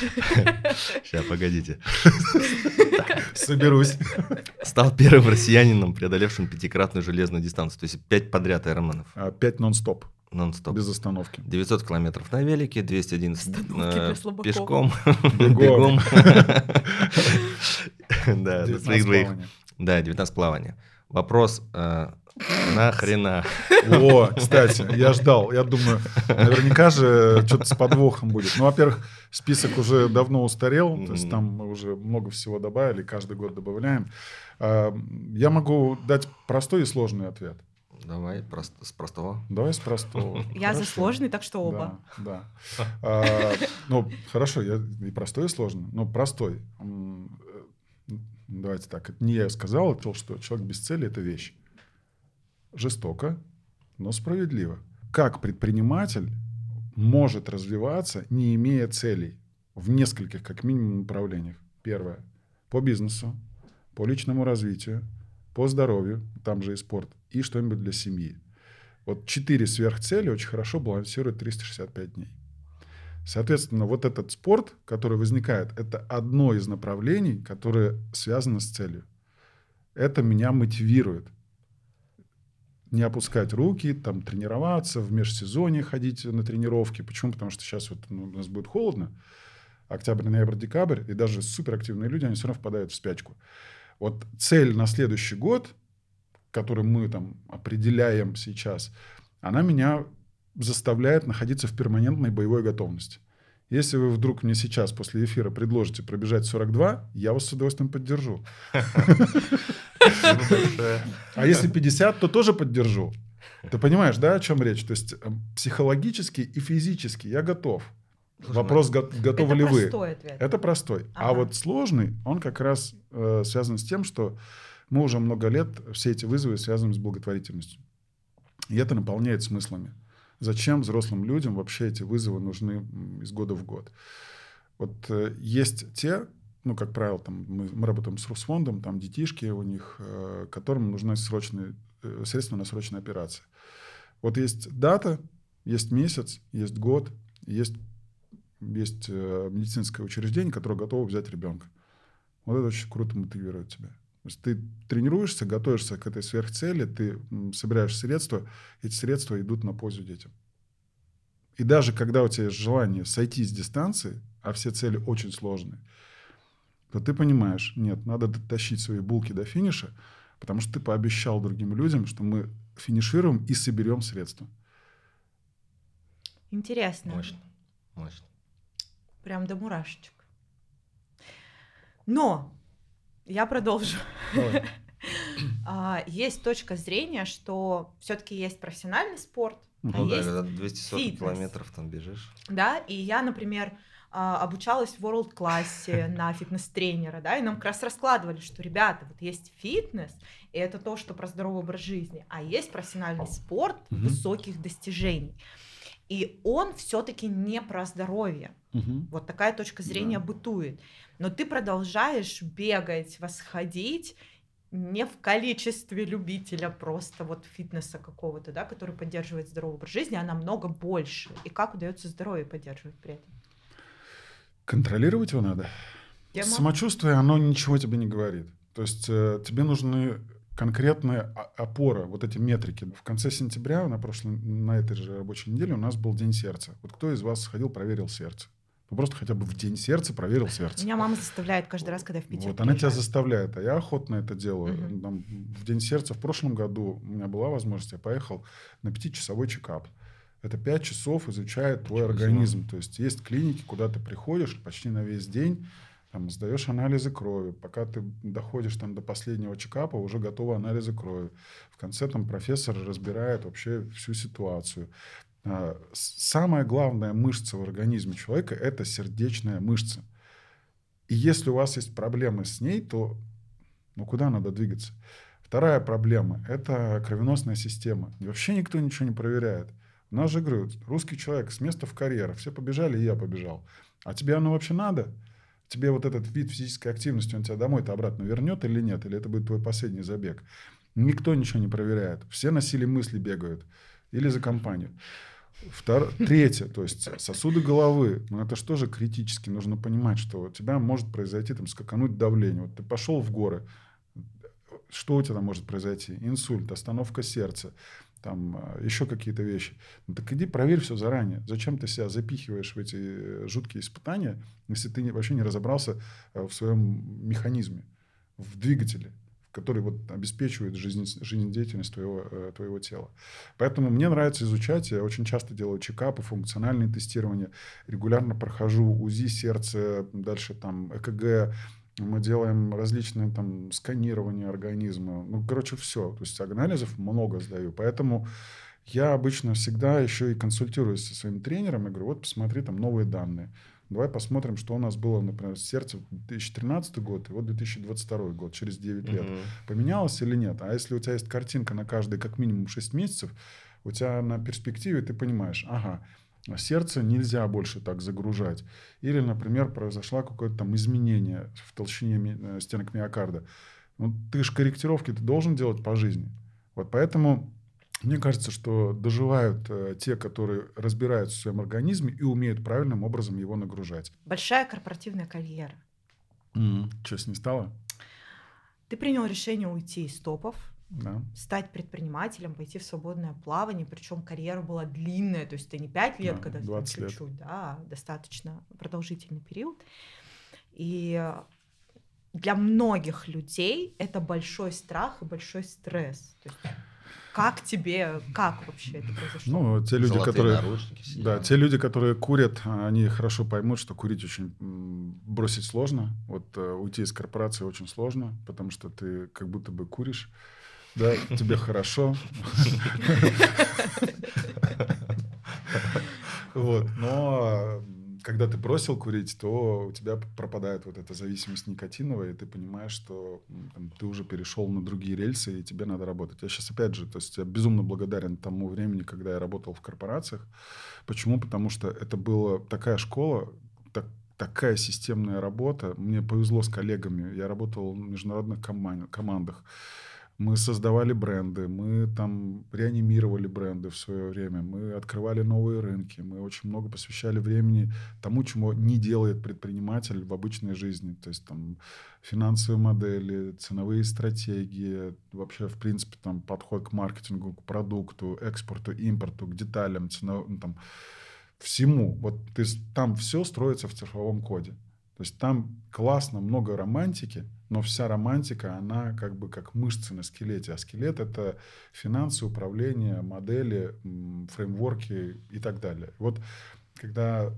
Сейчас, погодите. Соберусь. Стал первым россиянином, преодолевшим пятикратную железную дистанцию. То есть пять подряд айронменов. Пять нон-стоп. Нон-стоп. Без остановки. девятьсот километров на велике, двести одиннадцать э, пешком. Бегом. Да, на своих двоих. Да, девятнадцать плавания. Вопрос, Нахрена. О, кстати, я ждал. Я думаю, наверняка же что-то с подвохом будет. Ну, во-первых, список уже давно устарел. То есть там мы уже много всего добавили, каждый год добавляем. Я могу дать простой и сложный ответ. Давай просто, с простого. Давай с простого. Я Хорошо. за сложный, так что оба. Да, да. А, ну, хорошо, я и простой, и сложный. Ну, простой. Давайте так. Это не я сказал, это то, что человек без цели – это вещь. Жестоко, но справедливо. Как предприниматель может развиваться, не имея целей в нескольких, как минимум, направлениях? Первое – по бизнесу, по личному развитию, по здоровью, там же и спорт, и что-нибудь для семьи. Вот четыре сверхцели очень хорошо балансируют триста шестьдесят пять дней. Соответственно, вот этот спорт, который возникает, это одно из направлений, которое связано с целью. Это меня мотивирует. Не опускать руки, там, тренироваться, в межсезонье ходить на тренировки. Почему? Потому что сейчас вот, ну, у нас будет холодно. Октябрь, ноябрь, декабрь. И даже суперактивные люди, они все равно впадают в спячку. Вот цель на следующий год, которую мы там определяем сейчас, она меня заставляет находиться в перманентной боевой готовности. Если вы вдруг мне сейчас после эфира предложите пробежать сорок два, я вас с удовольствием поддержу. А если пятьдесят, то тоже поддержу. Ты понимаешь, да, о чем речь? То есть психологически и физически я готов. Вопрос, готовы ли вы? Это простой ответ. Это простой. А вот сложный, он как раз связан с тем, что мы уже много лет все эти вызовы связываем с благотворительностью. И это наполняет смыслами. Зачем взрослым людям вообще эти вызовы нужны из года в год? Вот э, есть те, ну, как правило, там, мы, мы работаем с Русфондом, там детишки у них, э, которым нужны срочные, э, средства на срочные операции. Вот есть дата, есть месяц, есть год, есть, есть э, медицинское учреждение, которое готово взять ребенка. Вот это очень круто мотивирует тебя. То есть ты тренируешься, готовишься к этой сверхцели, ты собираешь средства, эти средства идут на пользу детям. И даже когда у тебя есть желание сойти с дистанции, а все цели очень сложные, то ты понимаешь, нет, надо дотащить свои булки до финиша, потому что ты пообещал другим людям, что мы финишируем и соберем средства. Интересно. Мощно, мощно. Прям до мурашечек. Но я продолжу. Есть точка зрения, что все-таки есть профессиональный спорт, ну, а да, есть когда двести сорок фитнес. Километров там бежишь. Да, и я, например, обучалась в ворлд-классе на фитнес-тренера, да, и нам как раз раскладывали, что, ребята, вот есть фитнес, и это то, что про здоровый образ жизни, а есть профессиональный спорт mm-hmm. высоких достижений. И он все-таки не про здоровье. Mm-hmm. Вот такая точка зрения yeah. бытует. Но ты продолжаешь бегать, восходить не в количестве любителя просто вот фитнеса какого-то, да, который поддерживает здоровый образ жизни, а намного больше. И как удается здоровье поддерживать при этом? Контролировать его надо. Тема? Самочувствие, оно ничего тебе не говорит. То есть э, тебе нужны конкретная опора, вот эти метрики. В конце сентября, на, прошлой, на этой же рабочей неделе, у нас был День сердца. Вот кто из вас сходил, проверил сердце? Ну, просто хотя бы в день сердца проверил сердце. Меня мама заставляет каждый раз, когда я в Питере Вот, приезжаю. она тебя заставляет, а я охотно это делаю. Uh-huh. Там, в День сердца в прошлом году у меня была возможность, я поехал на пятичасовой чекап. Это пять часов изучает твой Почему? организм. То есть есть клиники, куда ты приходишь почти на весь день, там, сдаешь анализы крови. Пока ты доходишь там, до последнего чекапа, уже готовы анализы крови. В конце там профессор разбирает вообще всю ситуацию. Самая главная мышца в организме человека – это сердечная мышца. И если у вас есть проблемы с ней, то ну, куда надо двигаться? Вторая проблема – это кровеносная система. И вообще никто ничего не проверяет. У нас же, говорю, русский человек с места в карьер. Все побежали, и я побежал. А тебе оно вообще надо? Тебе вот этот вид физической активности, он тебя домой-то обратно вернет или нет? Или это будет твой последний забег? Никто ничего не проверяет. Все на силе мысли бегают. Или за компанию. Втор... Третье, то есть сосуды головы. Ну, это что же критически? Нужно понимать, что у тебя может произойти, там, скакануть давление. Вот ты пошел в горы. Что у тебя там может произойти? Инсульт, остановка сердца, там, еще какие-то вещи. Ну, так иди проверь все заранее. Зачем ты себя запихиваешь в эти жуткие испытания, если ты не, вообще не разобрался в своем механизме, в двигателе, который вот обеспечивает жизнь, жизнедеятельность твоего, твоего тела. Поэтому мне нравится изучать. Я очень часто делаю чекапы, функциональные тестирования. Регулярно прохожу УЗИ сердца, дальше там ЭКГ. Мы делаем различные там сканирования организма. Ну, короче, все. То есть анализов много сдаю. Поэтому я обычно всегда еще и консультируюсь со своим тренером и говорю, вот посмотри там новые данные. Давай посмотрим, что у нас было, например, с сердцем в две тысячи тринадцатый год и вот две тысячи двадцать второй год, через девять лет. Мгм. Поменялось или нет? А если у тебя есть картинка на каждые как минимум шесть месяцев, у тебя на перспективе ты понимаешь, ага, сердце нельзя больше так загружать. Или, например, произошло какое-то там изменение в толщине ми- стенок миокарда. Ну, ты же корректировки ты должен делать по жизни. Вот поэтому мне кажется, что доживают э, те, которые разбираются в своем организме и умеют правильным образом его нагружать. Большая корпоративная карьера. Что с ней стало? Ты принял решение уйти из топов, Да. стать предпринимателем, пойти в свободное плавание, причем карьера была длинная, то есть ты не пять лет, Да, когда ты там двадцать лет. чуть-чуть, да, достаточно продолжительный период. И для многих людей это большой страх и большой стресс. То есть как тебе, как вообще это произошло? Ну, те люди, Золотые которые, наручники, все да, дела. те люди, которые курят, они хорошо поймут, что курить очень м, бросить сложно. Вот э, уйти из корпорации очень сложно, потому что ты как будто бы куришь, да, тебе хорошо. Вот, но м, когда ты бросил курить, то у тебя пропадает вот эта зависимость никотиновая, и ты понимаешь, что м, там, ты уже перешел на другие рельсы, и тебе надо работать. Я сейчас опять же, то есть я безумно благодарен тому времени, когда я работал в корпорациях. Почему? Потому что это была такая школа, так- такая системная работа. Мне повезло с коллегами. Я работал в международных коман- командах. Мы создавали бренды, мы там реанимировали бренды в свое время, мы открывали новые рынки, мы очень много посвящали времени тому, чему не делает предприниматель в обычной жизни. То есть там финансовые модели, ценовые стратегии, вообще, в принципе, там подход к маркетингу, к продукту, экспорту, импорту, к деталям, ценов- ну, там, всему. Вот ты, с- там все строится в цифровом коде. То есть там классно, много романтики, но вся романтика, она как бы как мышцы на скелете. А скелет — это финансы, управление, модели, м, фреймворки и так далее. Вот когда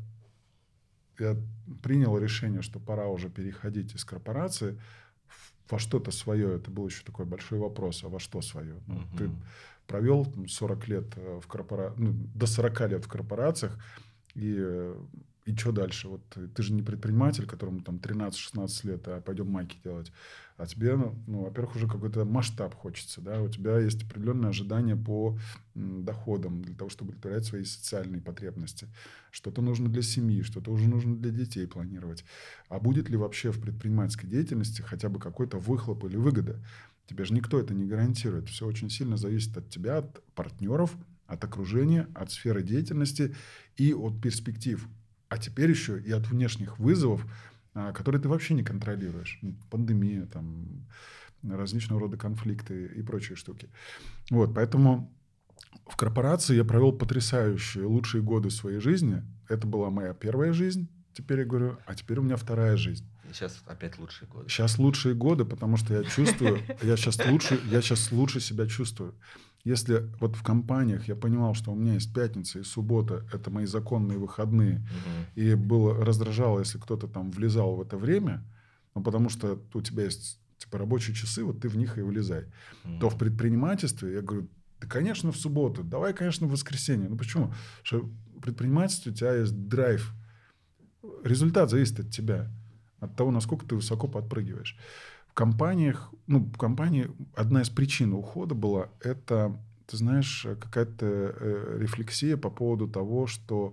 я принял решение, что пора уже переходить из корпорации в- во что-то свое, это был еще такой большой вопрос, а во что свое? Ну, Мгм. ты провел там, сорок лет в корпора... ну, до сорока лет в корпорациях, и, э, и что дальше? Вот ты ты же не предприниматель, которому там тринадцать-шестнадцать лет, а пойдем майки делать. А тебе, ну, ну, во-первых, уже какой-то масштаб хочется, да, у тебя есть определенные ожидания по м, доходам для того, чтобы удовлетворять свои социальные потребности. Что-то нужно для семьи, что-то уже нужно для детей планировать. А будет ли вообще в предпринимательской деятельности хотя бы какой-то выхлоп или выгода? Тебе же никто это не гарантирует. Все очень сильно зависит от тебя, от партнеров, от окружения, от сферы деятельности и от перспектив. А теперь еще и от внешних вызовов, а, которые ты вообще не контролируешь. Ну, пандемия, там, различного рода конфликты и прочие штуки. Вот, поэтому в корпорации я провел потрясающие, лучшие годы своей жизни. Это была моя первая жизнь, теперь я говорю, а теперь у меня вторая жизнь. И сейчас опять лучшие годы. Сейчас лучшие годы, потому что я чувствую, я сейчас лучше, я сейчас лучше себя чувствую. Если вот в компаниях я понимал, что у меня есть пятница и суббота, это мои законные выходные, Мгм. и было раздражало, если кто-то там влезал в это время, ну, потому что у тебя есть типа рабочие часы, вот ты в них и влезай. Мгм. То в предпринимательстве я говорю, да, конечно, в субботу, давай, конечно, в воскресенье. Ну, почему? Потому что в предпринимательстве у тебя есть драйв. Результат зависит от тебя, от того, насколько ты высоко подпрыгиваешь. В компаниях, ну, в компании одна из причин ухода была, это, ты знаешь, какая-то э, рефлексия по поводу того, что,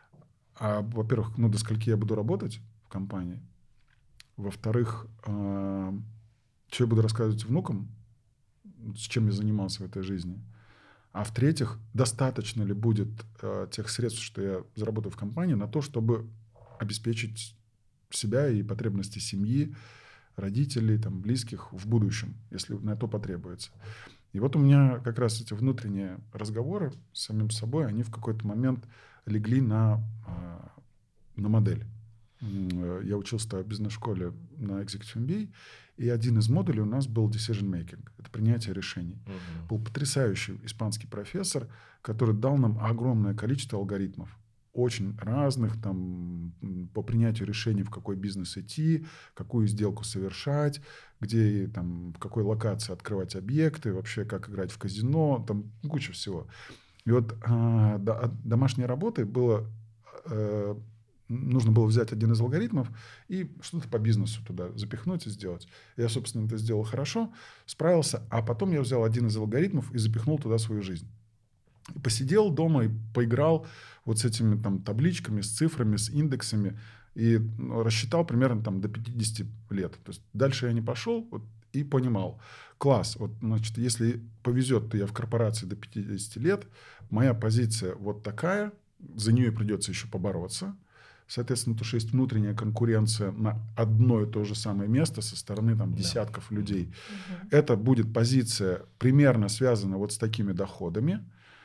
а, во-первых, ну, до скольки я буду работать в компании, во-вторых, э, что я буду рассказывать внукам, с чем я занимался в этой жизни, а в-третьих, достаточно ли будет э, тех средств, что я заработаю в компании, на то, чтобы обеспечить себя и потребности семьи, родителей, там, близких в будущем, если на то потребуется. И вот у меня как раз эти внутренние разговоры с самим собой, они в какой-то момент легли на, э, на модель. М, э, Я учился в бизнес-школе на Executive эм би эй, И один из модулей у нас был decision making. Это принятие решений. Мгм. Был потрясающий испанский профессор, который дал нам огромное количество алгоритмов. Очень разных, там, м, по принятию решений, в какой бизнес идти, какую сделку совершать, где, там, в какой локации открывать объекты, вообще как играть в казино, там куча всего. И вот а, до- от домашней работы было, э, нужно было взять один из алгоритмов и что-то по бизнесу туда запихнуть и сделать. Я, собственно, это сделал хорошо, справился, а потом я взял один из алгоритмов и запихнул туда свою жизнь. И посидел дома и поиграл вот с этими там табличками, с цифрами, с индексами и ну, рассчитал примерно там до пятидесяти лет. То есть дальше я не пошел вот, и понимал. Класс. Вот, значит, если повезет, то я в корпорации до пятидесяти лет. Моя позиция вот такая. За нее придется еще побороться. Соответственно, то, что есть внутренняя конкуренция на одно и то же самое место со стороны там, Да. десятков людей. Мгм. Это будет позиция примерно связана вот с такими доходами.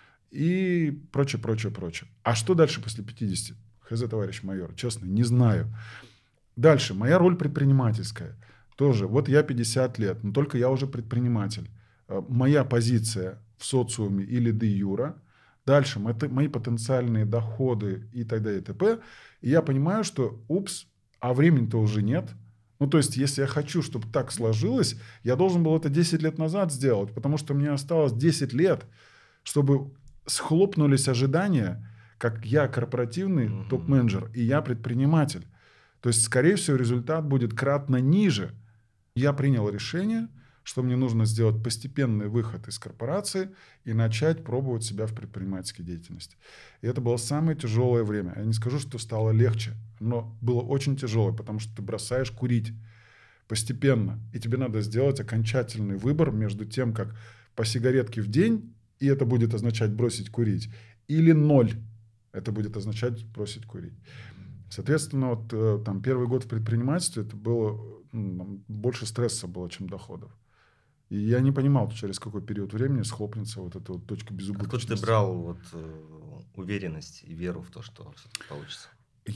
И прочее, прочее, прочее. А что дальше после пятидесяти? Хз, товарищ майор, честно, не знаю. Дальше, моя роль предпринимательская. Тоже, вот я пятьдесят лет, но только я уже предприниматель. Э, Моя позиция в социуме или де юра. Дальше, мои, мои потенциальные доходы и т.д. и т.п. И я понимаю, что, упс, а времени-то уже нет. Ну, то есть, если я хочу, чтобы так сложилось, я должен был это десять лет назад сделать, потому что мне осталось десять лет, чтобы схлопнулись ожидания, как я корпоративный Мгм. топ-менеджер и я предприниматель. То есть, скорее всего, результат будет кратно ниже. Я принял решение, что мне нужно сделать постепенный выход из корпорации и начать пробовать себя в предпринимательской деятельности. И это было самое тяжелое время. Я не скажу, что стало легче, но было очень тяжелое, потому что ты бросаешь курить постепенно, и тебе надо сделать окончательный выбор между тем, как по сигаретке в день, и это будет означать бросить курить, или ноль, это будет означать бросить курить. Соответственно, вот э, там первый год в предпринимательстве это было ну, больше стресса было, чем доходов. И я не понимал, через какой период времени схлопнется вот эта вот точка безубыточности. Откуда ты брал вот, э, уверенность и веру в то, что все-таки получится?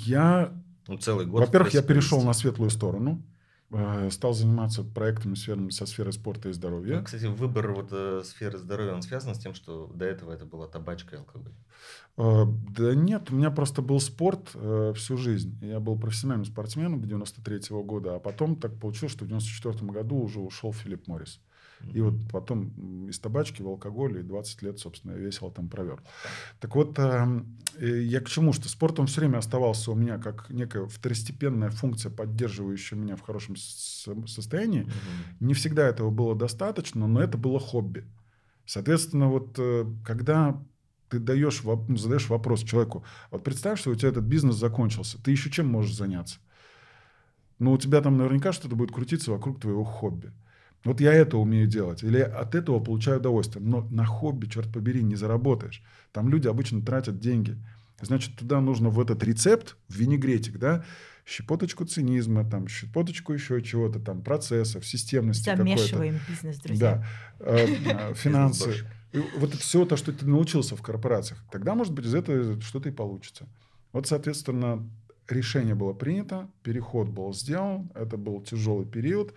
Я, Ну, целый год в во-первых, я прессе перешел провести. на светлую сторону, э, стал заниматься проектами, связанными со сферой спорта и Ну, здоровья. кстати, выбор вот, э, сферы здоровья, он связан с тем, что до этого это была табачка и алкоголь? Э, Да нет, у меня просто был спорт э, всю жизнь. Я был профессиональным спортсменом до девяносто третьего года, а потом так получилось, что в девяносто четвёртом году уже ушел Филипп Моррис. И вот потом м, из табачки в алкоголь, и двадцать лет, собственно, я весело там провел. Так вот, эм, э, я к чему? Что спорт, он все время оставался у меня как некая второстепенная функция, поддерживающая меня в хорошем с- состоянии. Мгм. Не всегда этого было достаточно, но это было хобби. Соответственно, вот э, когда ты даешь, воп- ну, задаешь вопрос человеку, вот представь, что у тебя этот бизнес закончился, ты еще чем можешь заняться? Но у тебя там наверняка что-то будет крутиться вокруг твоего хобби. Вот я это умею делать, или я от этого получаю удовольствие. Но на хобби, черт побери, не заработаешь. Там люди обычно тратят деньги. Значит, туда нужно в этот рецепт, в винегретик, да, щепоточку цинизма, там, щепоточку еще чего-то, там, процессов, системности какой-то. Замешиваем бизнес, друзья. Да, э, э, финансы. Бизнес-борщик. И вот это все то, что ты научился в корпорациях. Тогда, может быть, из этого что-то и получится. Вот, соответственно, решение было принято, переход был сделан, это был тяжелый период.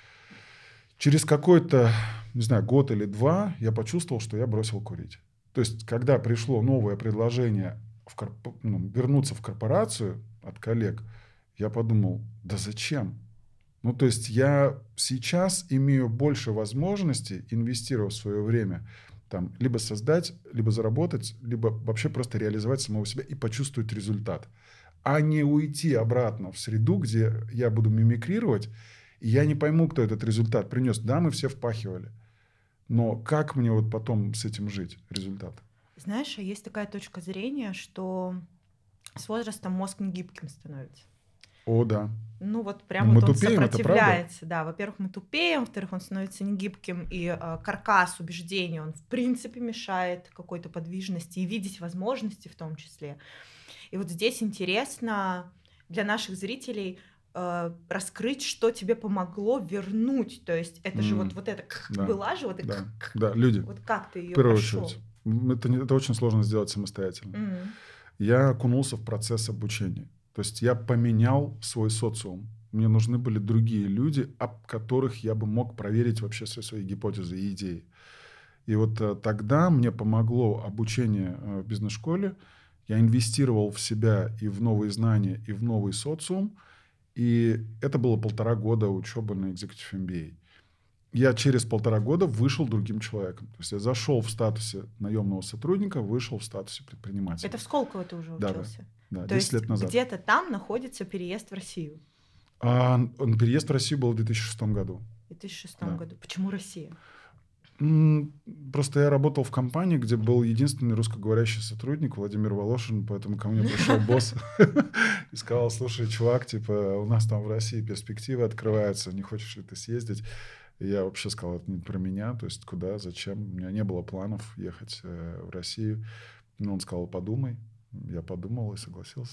Через какой-то, не знаю, год или два я почувствовал, что я бросил курить. То есть, когда пришло новое предложение в корп- ну, вернуться в корпорацию от коллег, я подумал, да зачем? Ну, то есть я сейчас имею больше возможностей, инвестировав свое время, там, либо создать, либо заработать, либо вообще просто реализовать самого себя и почувствовать результат. А не уйти обратно в среду, где я буду мимикрировать, и я не пойму, кто этот результат принес. Да, мы все впахивали. Но как мне вот потом с этим жить, результат? Знаешь, а есть такая точка зрения, что с возрастом мозг не гибким становится. О, да. Ну вот Ну, прям мы вот он тупеем, это правда. сопротивляется. Да, во-первых, мы тупеем, во-вторых, он становится негибким, и э, каркас убеждений, он в принципе мешает какой-то подвижности и видеть возможности в том числе. И вот здесь интересно для наших зрителей э, раскрыть, что тебе помогло вернуть. То есть это же М, вот, вот это да, была же, вот, Да, это, да, люди, вот как ты в ее первую прошел. очередь. М, Это, не- это очень сложно сделать самостоятельно. М. Я окунулся в процесс обучения. То есть я поменял свой социум. Мне нужны были другие люди, об которых я бы мог проверить вообще все свои гипотезы и идеи. И вот э, тогда мне помогло обучение э, в бизнес-школе. Я инвестировал в себя и в новые знания, и в новый социум. И это было полтора года учебы на Executive эм би эй. Я через полтора года вышел другим человеком. То есть я зашел в статусе наемного сотрудника, вышел в статусе предпринимателя. Это в Сколково ты уже Да, учился? Да, То десять есть лет назад. где-то там находится переезд в Россию? А, переезд в Россию был в две тысячи шестом году. В две тысячи шестом Да. году. Почему Россия? Просто я работал в компании, где был единственный русскоговорящий сотрудник Владимир Волошин, поэтому ко мне пришел босс и сказал: слушай, чувак, типа, у нас там в России перспективы открываются, не хочешь ли ты съездить? И я вообще сказал: это не про меня, то есть куда, зачем? У меня не было планов ехать э, в Россию. Но он сказал: подумай. Я подумал и согласился.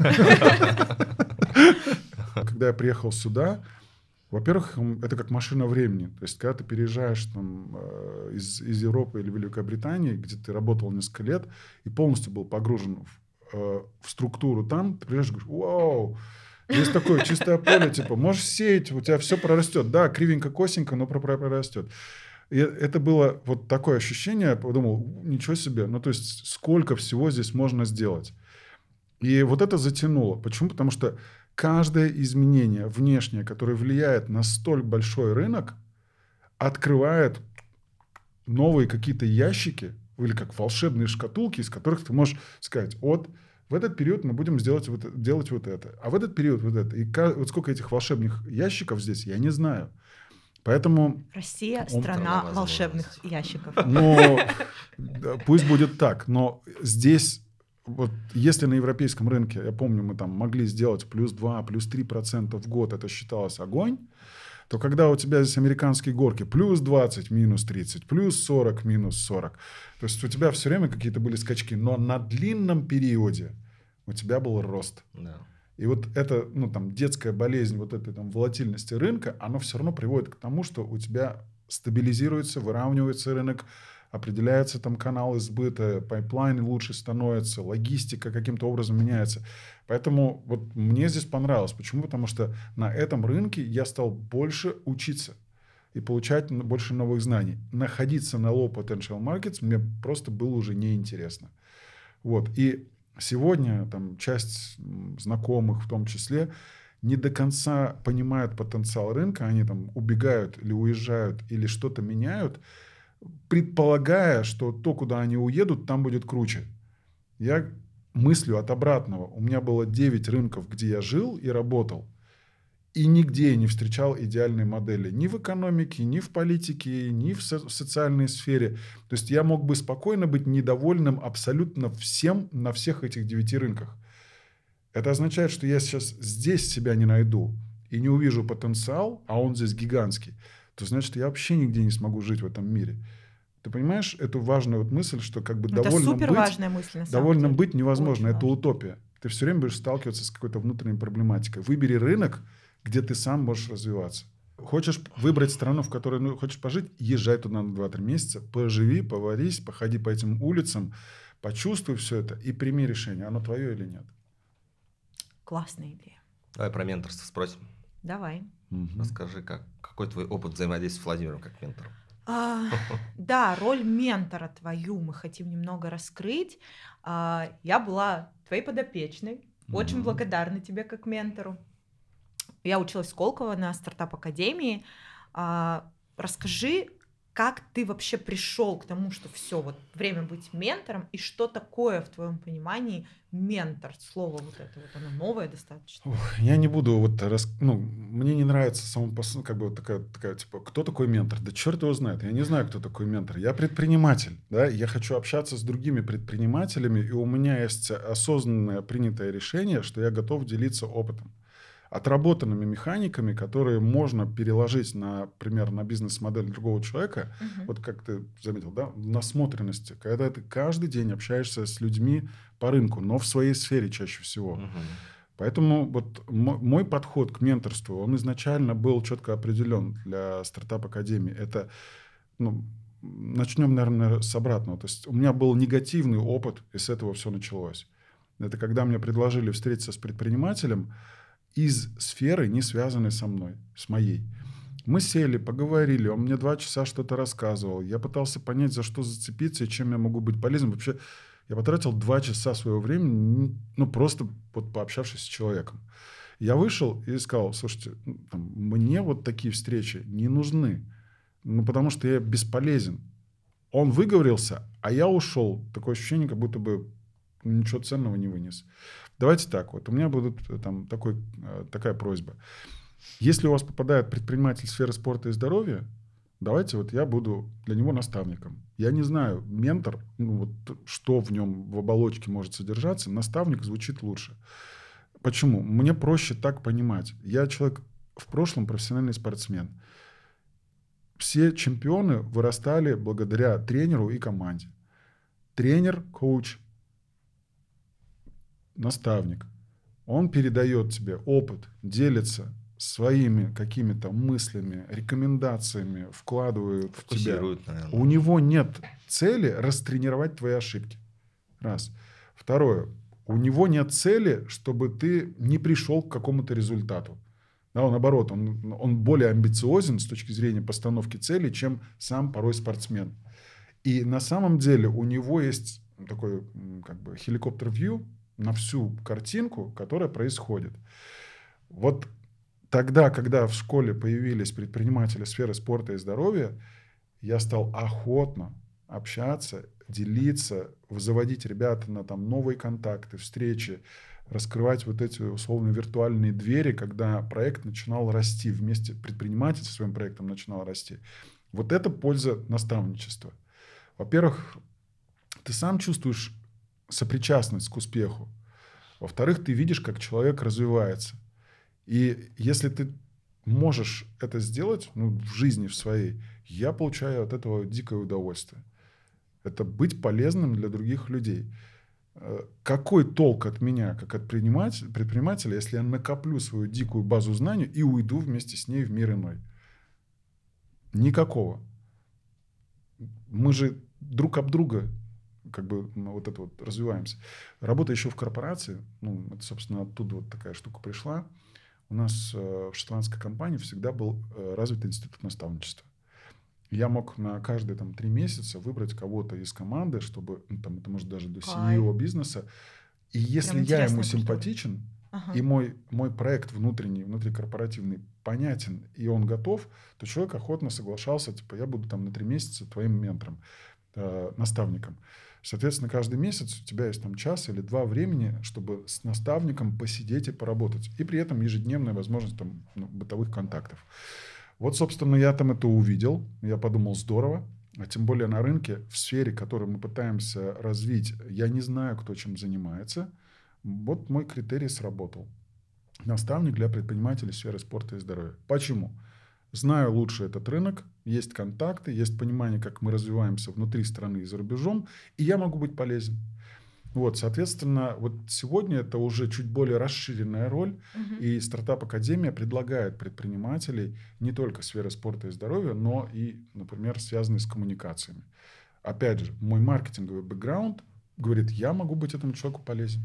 Когда я приехал сюда, во-первых, это как машина времени. То есть, когда ты переезжаешь там, из, из Европы или Великобритании, где ты работал несколько лет и полностью был погружен в, в структуру там, ты приезжаешь и говоришь: вау, здесь такое чистое поле, типа, можешь сеять, у тебя все прорастет. Да, кривенько-косенько, но прорастет. И это было вот такое ощущение, я подумал: ничего себе, ну то есть сколько всего здесь можно сделать. И вот это затянуло. Почему? Потому что каждое изменение внешнее, которое влияет на столь большой рынок, открывает новые какие-то ящики или как волшебные шкатулки, из которых ты можешь сказать: вот в этот период мы будем сделать вот, делать вот это, а в этот период вот это. И вот сколько этих волшебных ящиков здесь, я не знаю. Поэтому... Россия — он... страна волшебных ящиков. Ну, пусть будет так, но здесь... Вот если на европейском рынке, я помню, мы там могли сделать плюс два, плюс три процента в год, это считалось огонь, то когда у тебя здесь американские горки плюс двадцать, минус тридцать, плюс сорок, минус сорок, то есть у тебя все время какие-то были скачки, но на длинном периоде у тебя был рост. Да. И вот эта, ну, там, детская болезнь вот этой там волатильности рынка, она все равно приводит к тому, что у тебя стабилизируется, выравнивается рынок, определяется там канал избыта, пайплайн лучше становится, логистика каким-то образом меняется. Поэтому вот мне здесь понравилось. Почему? Потому что на этом рынке я стал больше учиться и получать больше новых знаний. Находиться на low potential markets мне просто было уже неинтересно. Вот. И сегодня там часть знакомых в том числе не до конца понимают потенциал рынка, они там убегают или уезжают или что-то меняют, предполагая, что то, куда они уедут, там будет круче. Я мыслю от обратного. У меня было девять рынков, где я жил и работал. И нигде я не встречал идеальной модели. Ни в экономике, ни в политике, ни в, со- в социальной сфере. То есть я мог бы спокойно быть недовольным абсолютно всем на всех этих девяти рынках. Это означает, что я сейчас здесь себя не найду и не увижу потенциал, а он здесь гигантский, то значит, я вообще нигде не смогу жить в этом мире. Ты понимаешь эту важную вот мысль, что как бы Это довольным супер быть, важная мысль, на самом довольным деле. быть невозможно. Очень Это важно. утопия. Ты все время будешь сталкиваться с какой-то внутренней проблематикой. Выбери рынок, где ты сам можешь развиваться. Хочешь выбрать страну, в которой ну, хочешь пожить, езжай туда на два-три месяца, поживи, поварись, походи по этим улицам, почувствуй все это и прими решение, оно твое или нет. Классная идея. Давай про менторство спросим. Давай. Угу. Расскажи, как, какой твой опыт взаимодействия с Владимиром как ментором? А, да, роль ментора твою мы хотим немного раскрыть. А, я была твоей подопечной, очень Мгм. благодарна тебе как ментору. Я училась в Сколково на стартап-академии. А, расскажи, как ты вообще пришел к тому, что все, вот время быть ментором, и что такое в твоем понимании ментор? Слово вот это вот, оно новое достаточно. Ух, я не буду вот рас... ну, мне не нравится само пос- как бы вот такая, такая, типа, кто такой ментор? Да черт его знает, я не знаю, кто такой ментор. Я предприниматель, да, я хочу общаться с другими предпринимателями, и у меня есть осознанное принятое решение, что я готов делиться опытом. Отработанными механиками, которые можно переложить, например, на бизнес-модель другого человека, Мгм. вот как ты заметил, да, насмотренности, когда ты каждый день общаешься с людьми по рынку, но в своей сфере чаще всего. Мгм. Поэтому вот мо- мой подход к менторству, он изначально был четко определен для стартап-академии. Это, ну, начнем, наверное, с обратного. То есть у меня был негативный опыт, и с этого все началось. Это когда мне предложили встретиться с предпринимателем, из сферы, не связанной со мной, с моей. Мы сели, поговорили, он мне два часа что-то рассказывал. Я пытался понять, за что зацепиться и чем я могу быть полезным. Вообще, я потратил два часа своего времени, ну, просто вот пообщавшись с человеком. Я вышел и сказал, слушайте, там, мне вот такие встречи не нужны, ну, потому что я бесполезен. Он выговорился, а я ушел. Такое ощущение, как будто бы ничего ценного не вынес. Давайте так вот. У меня будет там такой, такая просьба. Если у вас попадает предприниматель сферы спорта и здоровья, давайте вот я буду для него наставником. Я не знаю, ментор, ну, вот, что в нем в оболочке может содержаться, наставник звучит лучше. Почему? Мне проще так понимать. Я человек в прошлом профессиональный спортсмен. Все чемпионы вырастали благодаря тренеру и команде. Тренер, коуч, наставник. Он передает тебе опыт, делится своими какими-то мыслями, рекомендациями, вкладывает в тебя. Наверное. У него нет цели растренировать твои ошибки. Раз. Второе. У него нет цели, чтобы ты не пришел к какому-то результату. Да, наоборот, он, он более амбициозен с точки зрения постановки целей, чем сам порой спортсмен. И на самом деле у него есть такой как бы helicopter-view на всю картинку, которая происходит. Вот тогда, когда в школе появились предприниматели сферы спорта и здоровья, я стал охотно общаться, делиться, заводить ребят на там, новые контакты, встречи, раскрывать вот эти условно виртуальные двери, когда проект начинал расти вместе, предприниматель со своим проектом начинал расти. Вот это польза наставничества. Во-первых, ты сам чувствуешь сопричастность к успеху. Во-вторых, ты видишь, как человек развивается. И если ты можешь это сделать, ну, в жизни в своей, я получаю от этого дикое удовольствие. Это быть полезным для других людей. Какой толк от меня, как от предпринимателя, если я накоплю свою дикую базу знаний и уйду вместе с ней в мир иной? Никакого. Мы же друг об друга как бы ну, вот это вот развиваемся. Работа еще в корпорации, ну, это, собственно, оттуда вот такая штука пришла. У нас э, в шотландской компании всегда был э, развит институт наставничества. Я мог на каждые там, три месяца выбрать кого-то из команды, чтобы, ну, там, это может даже до си и о бизнеса. И если я ему симпатичен, ага. и мой, мой проект внутренний, внутрикорпоративный понятен, и он готов, то человек охотно соглашался, типа, я буду там на три месяца твоим ментором, э, наставником. Соответственно, каждый месяц у тебя есть там час или два времени, чтобы с наставником посидеть и поработать. И при этом ежедневная возможность там, ну, бытовых контактов. Вот, собственно, я там это увидел. Я подумал, здорово. А тем более на рынке, в сфере, которую мы пытаемся развить, я не знаю, кто чем занимается. Вот мой критерий сработал. Наставник для предпринимателей сферы спорта и здоровья. Почему? Знаю лучше этот рынок, есть контакты, есть понимание, как мы развиваемся внутри страны и за рубежом, и я могу быть полезен. Вот, соответственно, вот сегодня это уже чуть более расширенная роль, uh-huh. и стартап-академия предлагает предпринимателей не только сферы спорта и здоровья, но и, например, связанные с коммуникациями. Опять же, мой маркетинговый бэкграунд говорит, я могу быть этому человеку полезен.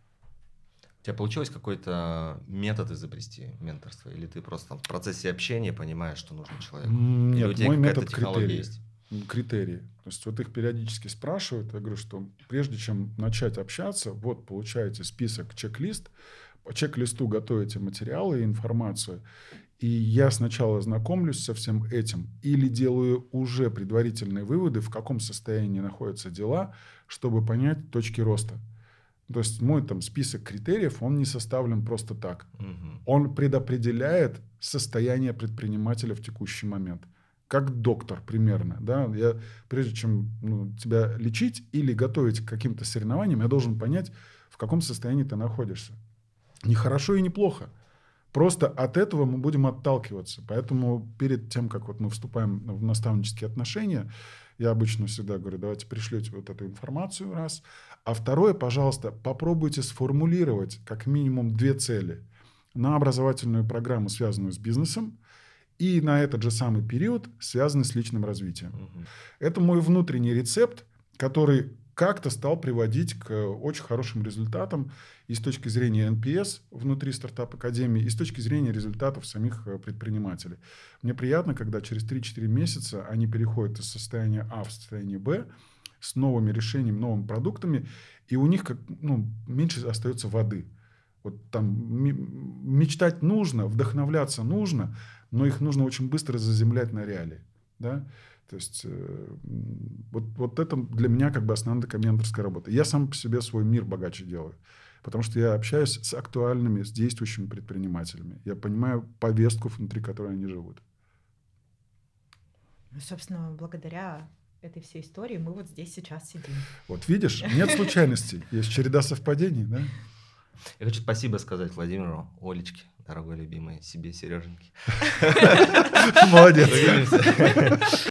У тебя получилось какой-то метод изобрести менторство? Или ты просто в процессе общения понимаешь, что нужен человек? Нет, Или у тебя мой какая-то метод технология критерии. есть? Критерии. То есть вот их периодически спрашивают. Я говорю, что прежде чем начать общаться, вот получаете список, чек-лист. По чек-листу готовите материалы и информацию. И я сначала знакомлюсь со всем этим или делаю уже предварительные выводы, в каком состоянии находятся дела, чтобы понять точки роста. То есть мой там список критериев, он не составлен просто так. Угу. Он предопределяет состояние предпринимателя в текущий момент. Как доктор примерно. Да? Я, прежде чем ну, тебя лечить или готовить к каким-то соревнованиям, я должен понять, в каком состоянии ты находишься. Не хорошо и не плохо. Просто от этого мы будем отталкиваться. Поэтому перед тем, как вот мы вступаем в наставнические отношения, я обычно всегда говорю, давайте пришлете вот эту информацию, раз. А второе, пожалуйста, попробуйте сформулировать как минимум две цели на образовательную программу, связанную с бизнесом, и на этот же самый период, связанный с личным развитием. Угу. Это мой внутренний рецепт, который как-то стал приводить к очень хорошим результатам и с точки зрения эн пи эс внутри стартап-академии, и с точки зрения результатов самих предпринимателей. Мне приятно, когда через три-четыре месяца они переходят из состояния А в состояние Б с новыми решениями, новыми продуктами, и у них как, ну, меньше остается воды. Вот там мечтать нужно, вдохновляться нужно, но их нужно очень быстро заземлять на реалии. Да? То есть э, вот, вот это для меня как бы основная такая менторская работа. Я сам по себе свой мир богаче делаю, потому что я общаюсь с актуальными, с действующими предпринимателями. Я понимаю повестку, внутри которой они живут. Ну, собственно, благодаря этой всей истории мы вот здесь сейчас сидим. Вот видишь, нет случайностей, есть череда совпадений, да? Я хочу спасибо сказать Владимиру, Олечке, дорогой любимой, себе, Сереженьке. Молодец. Увидимся.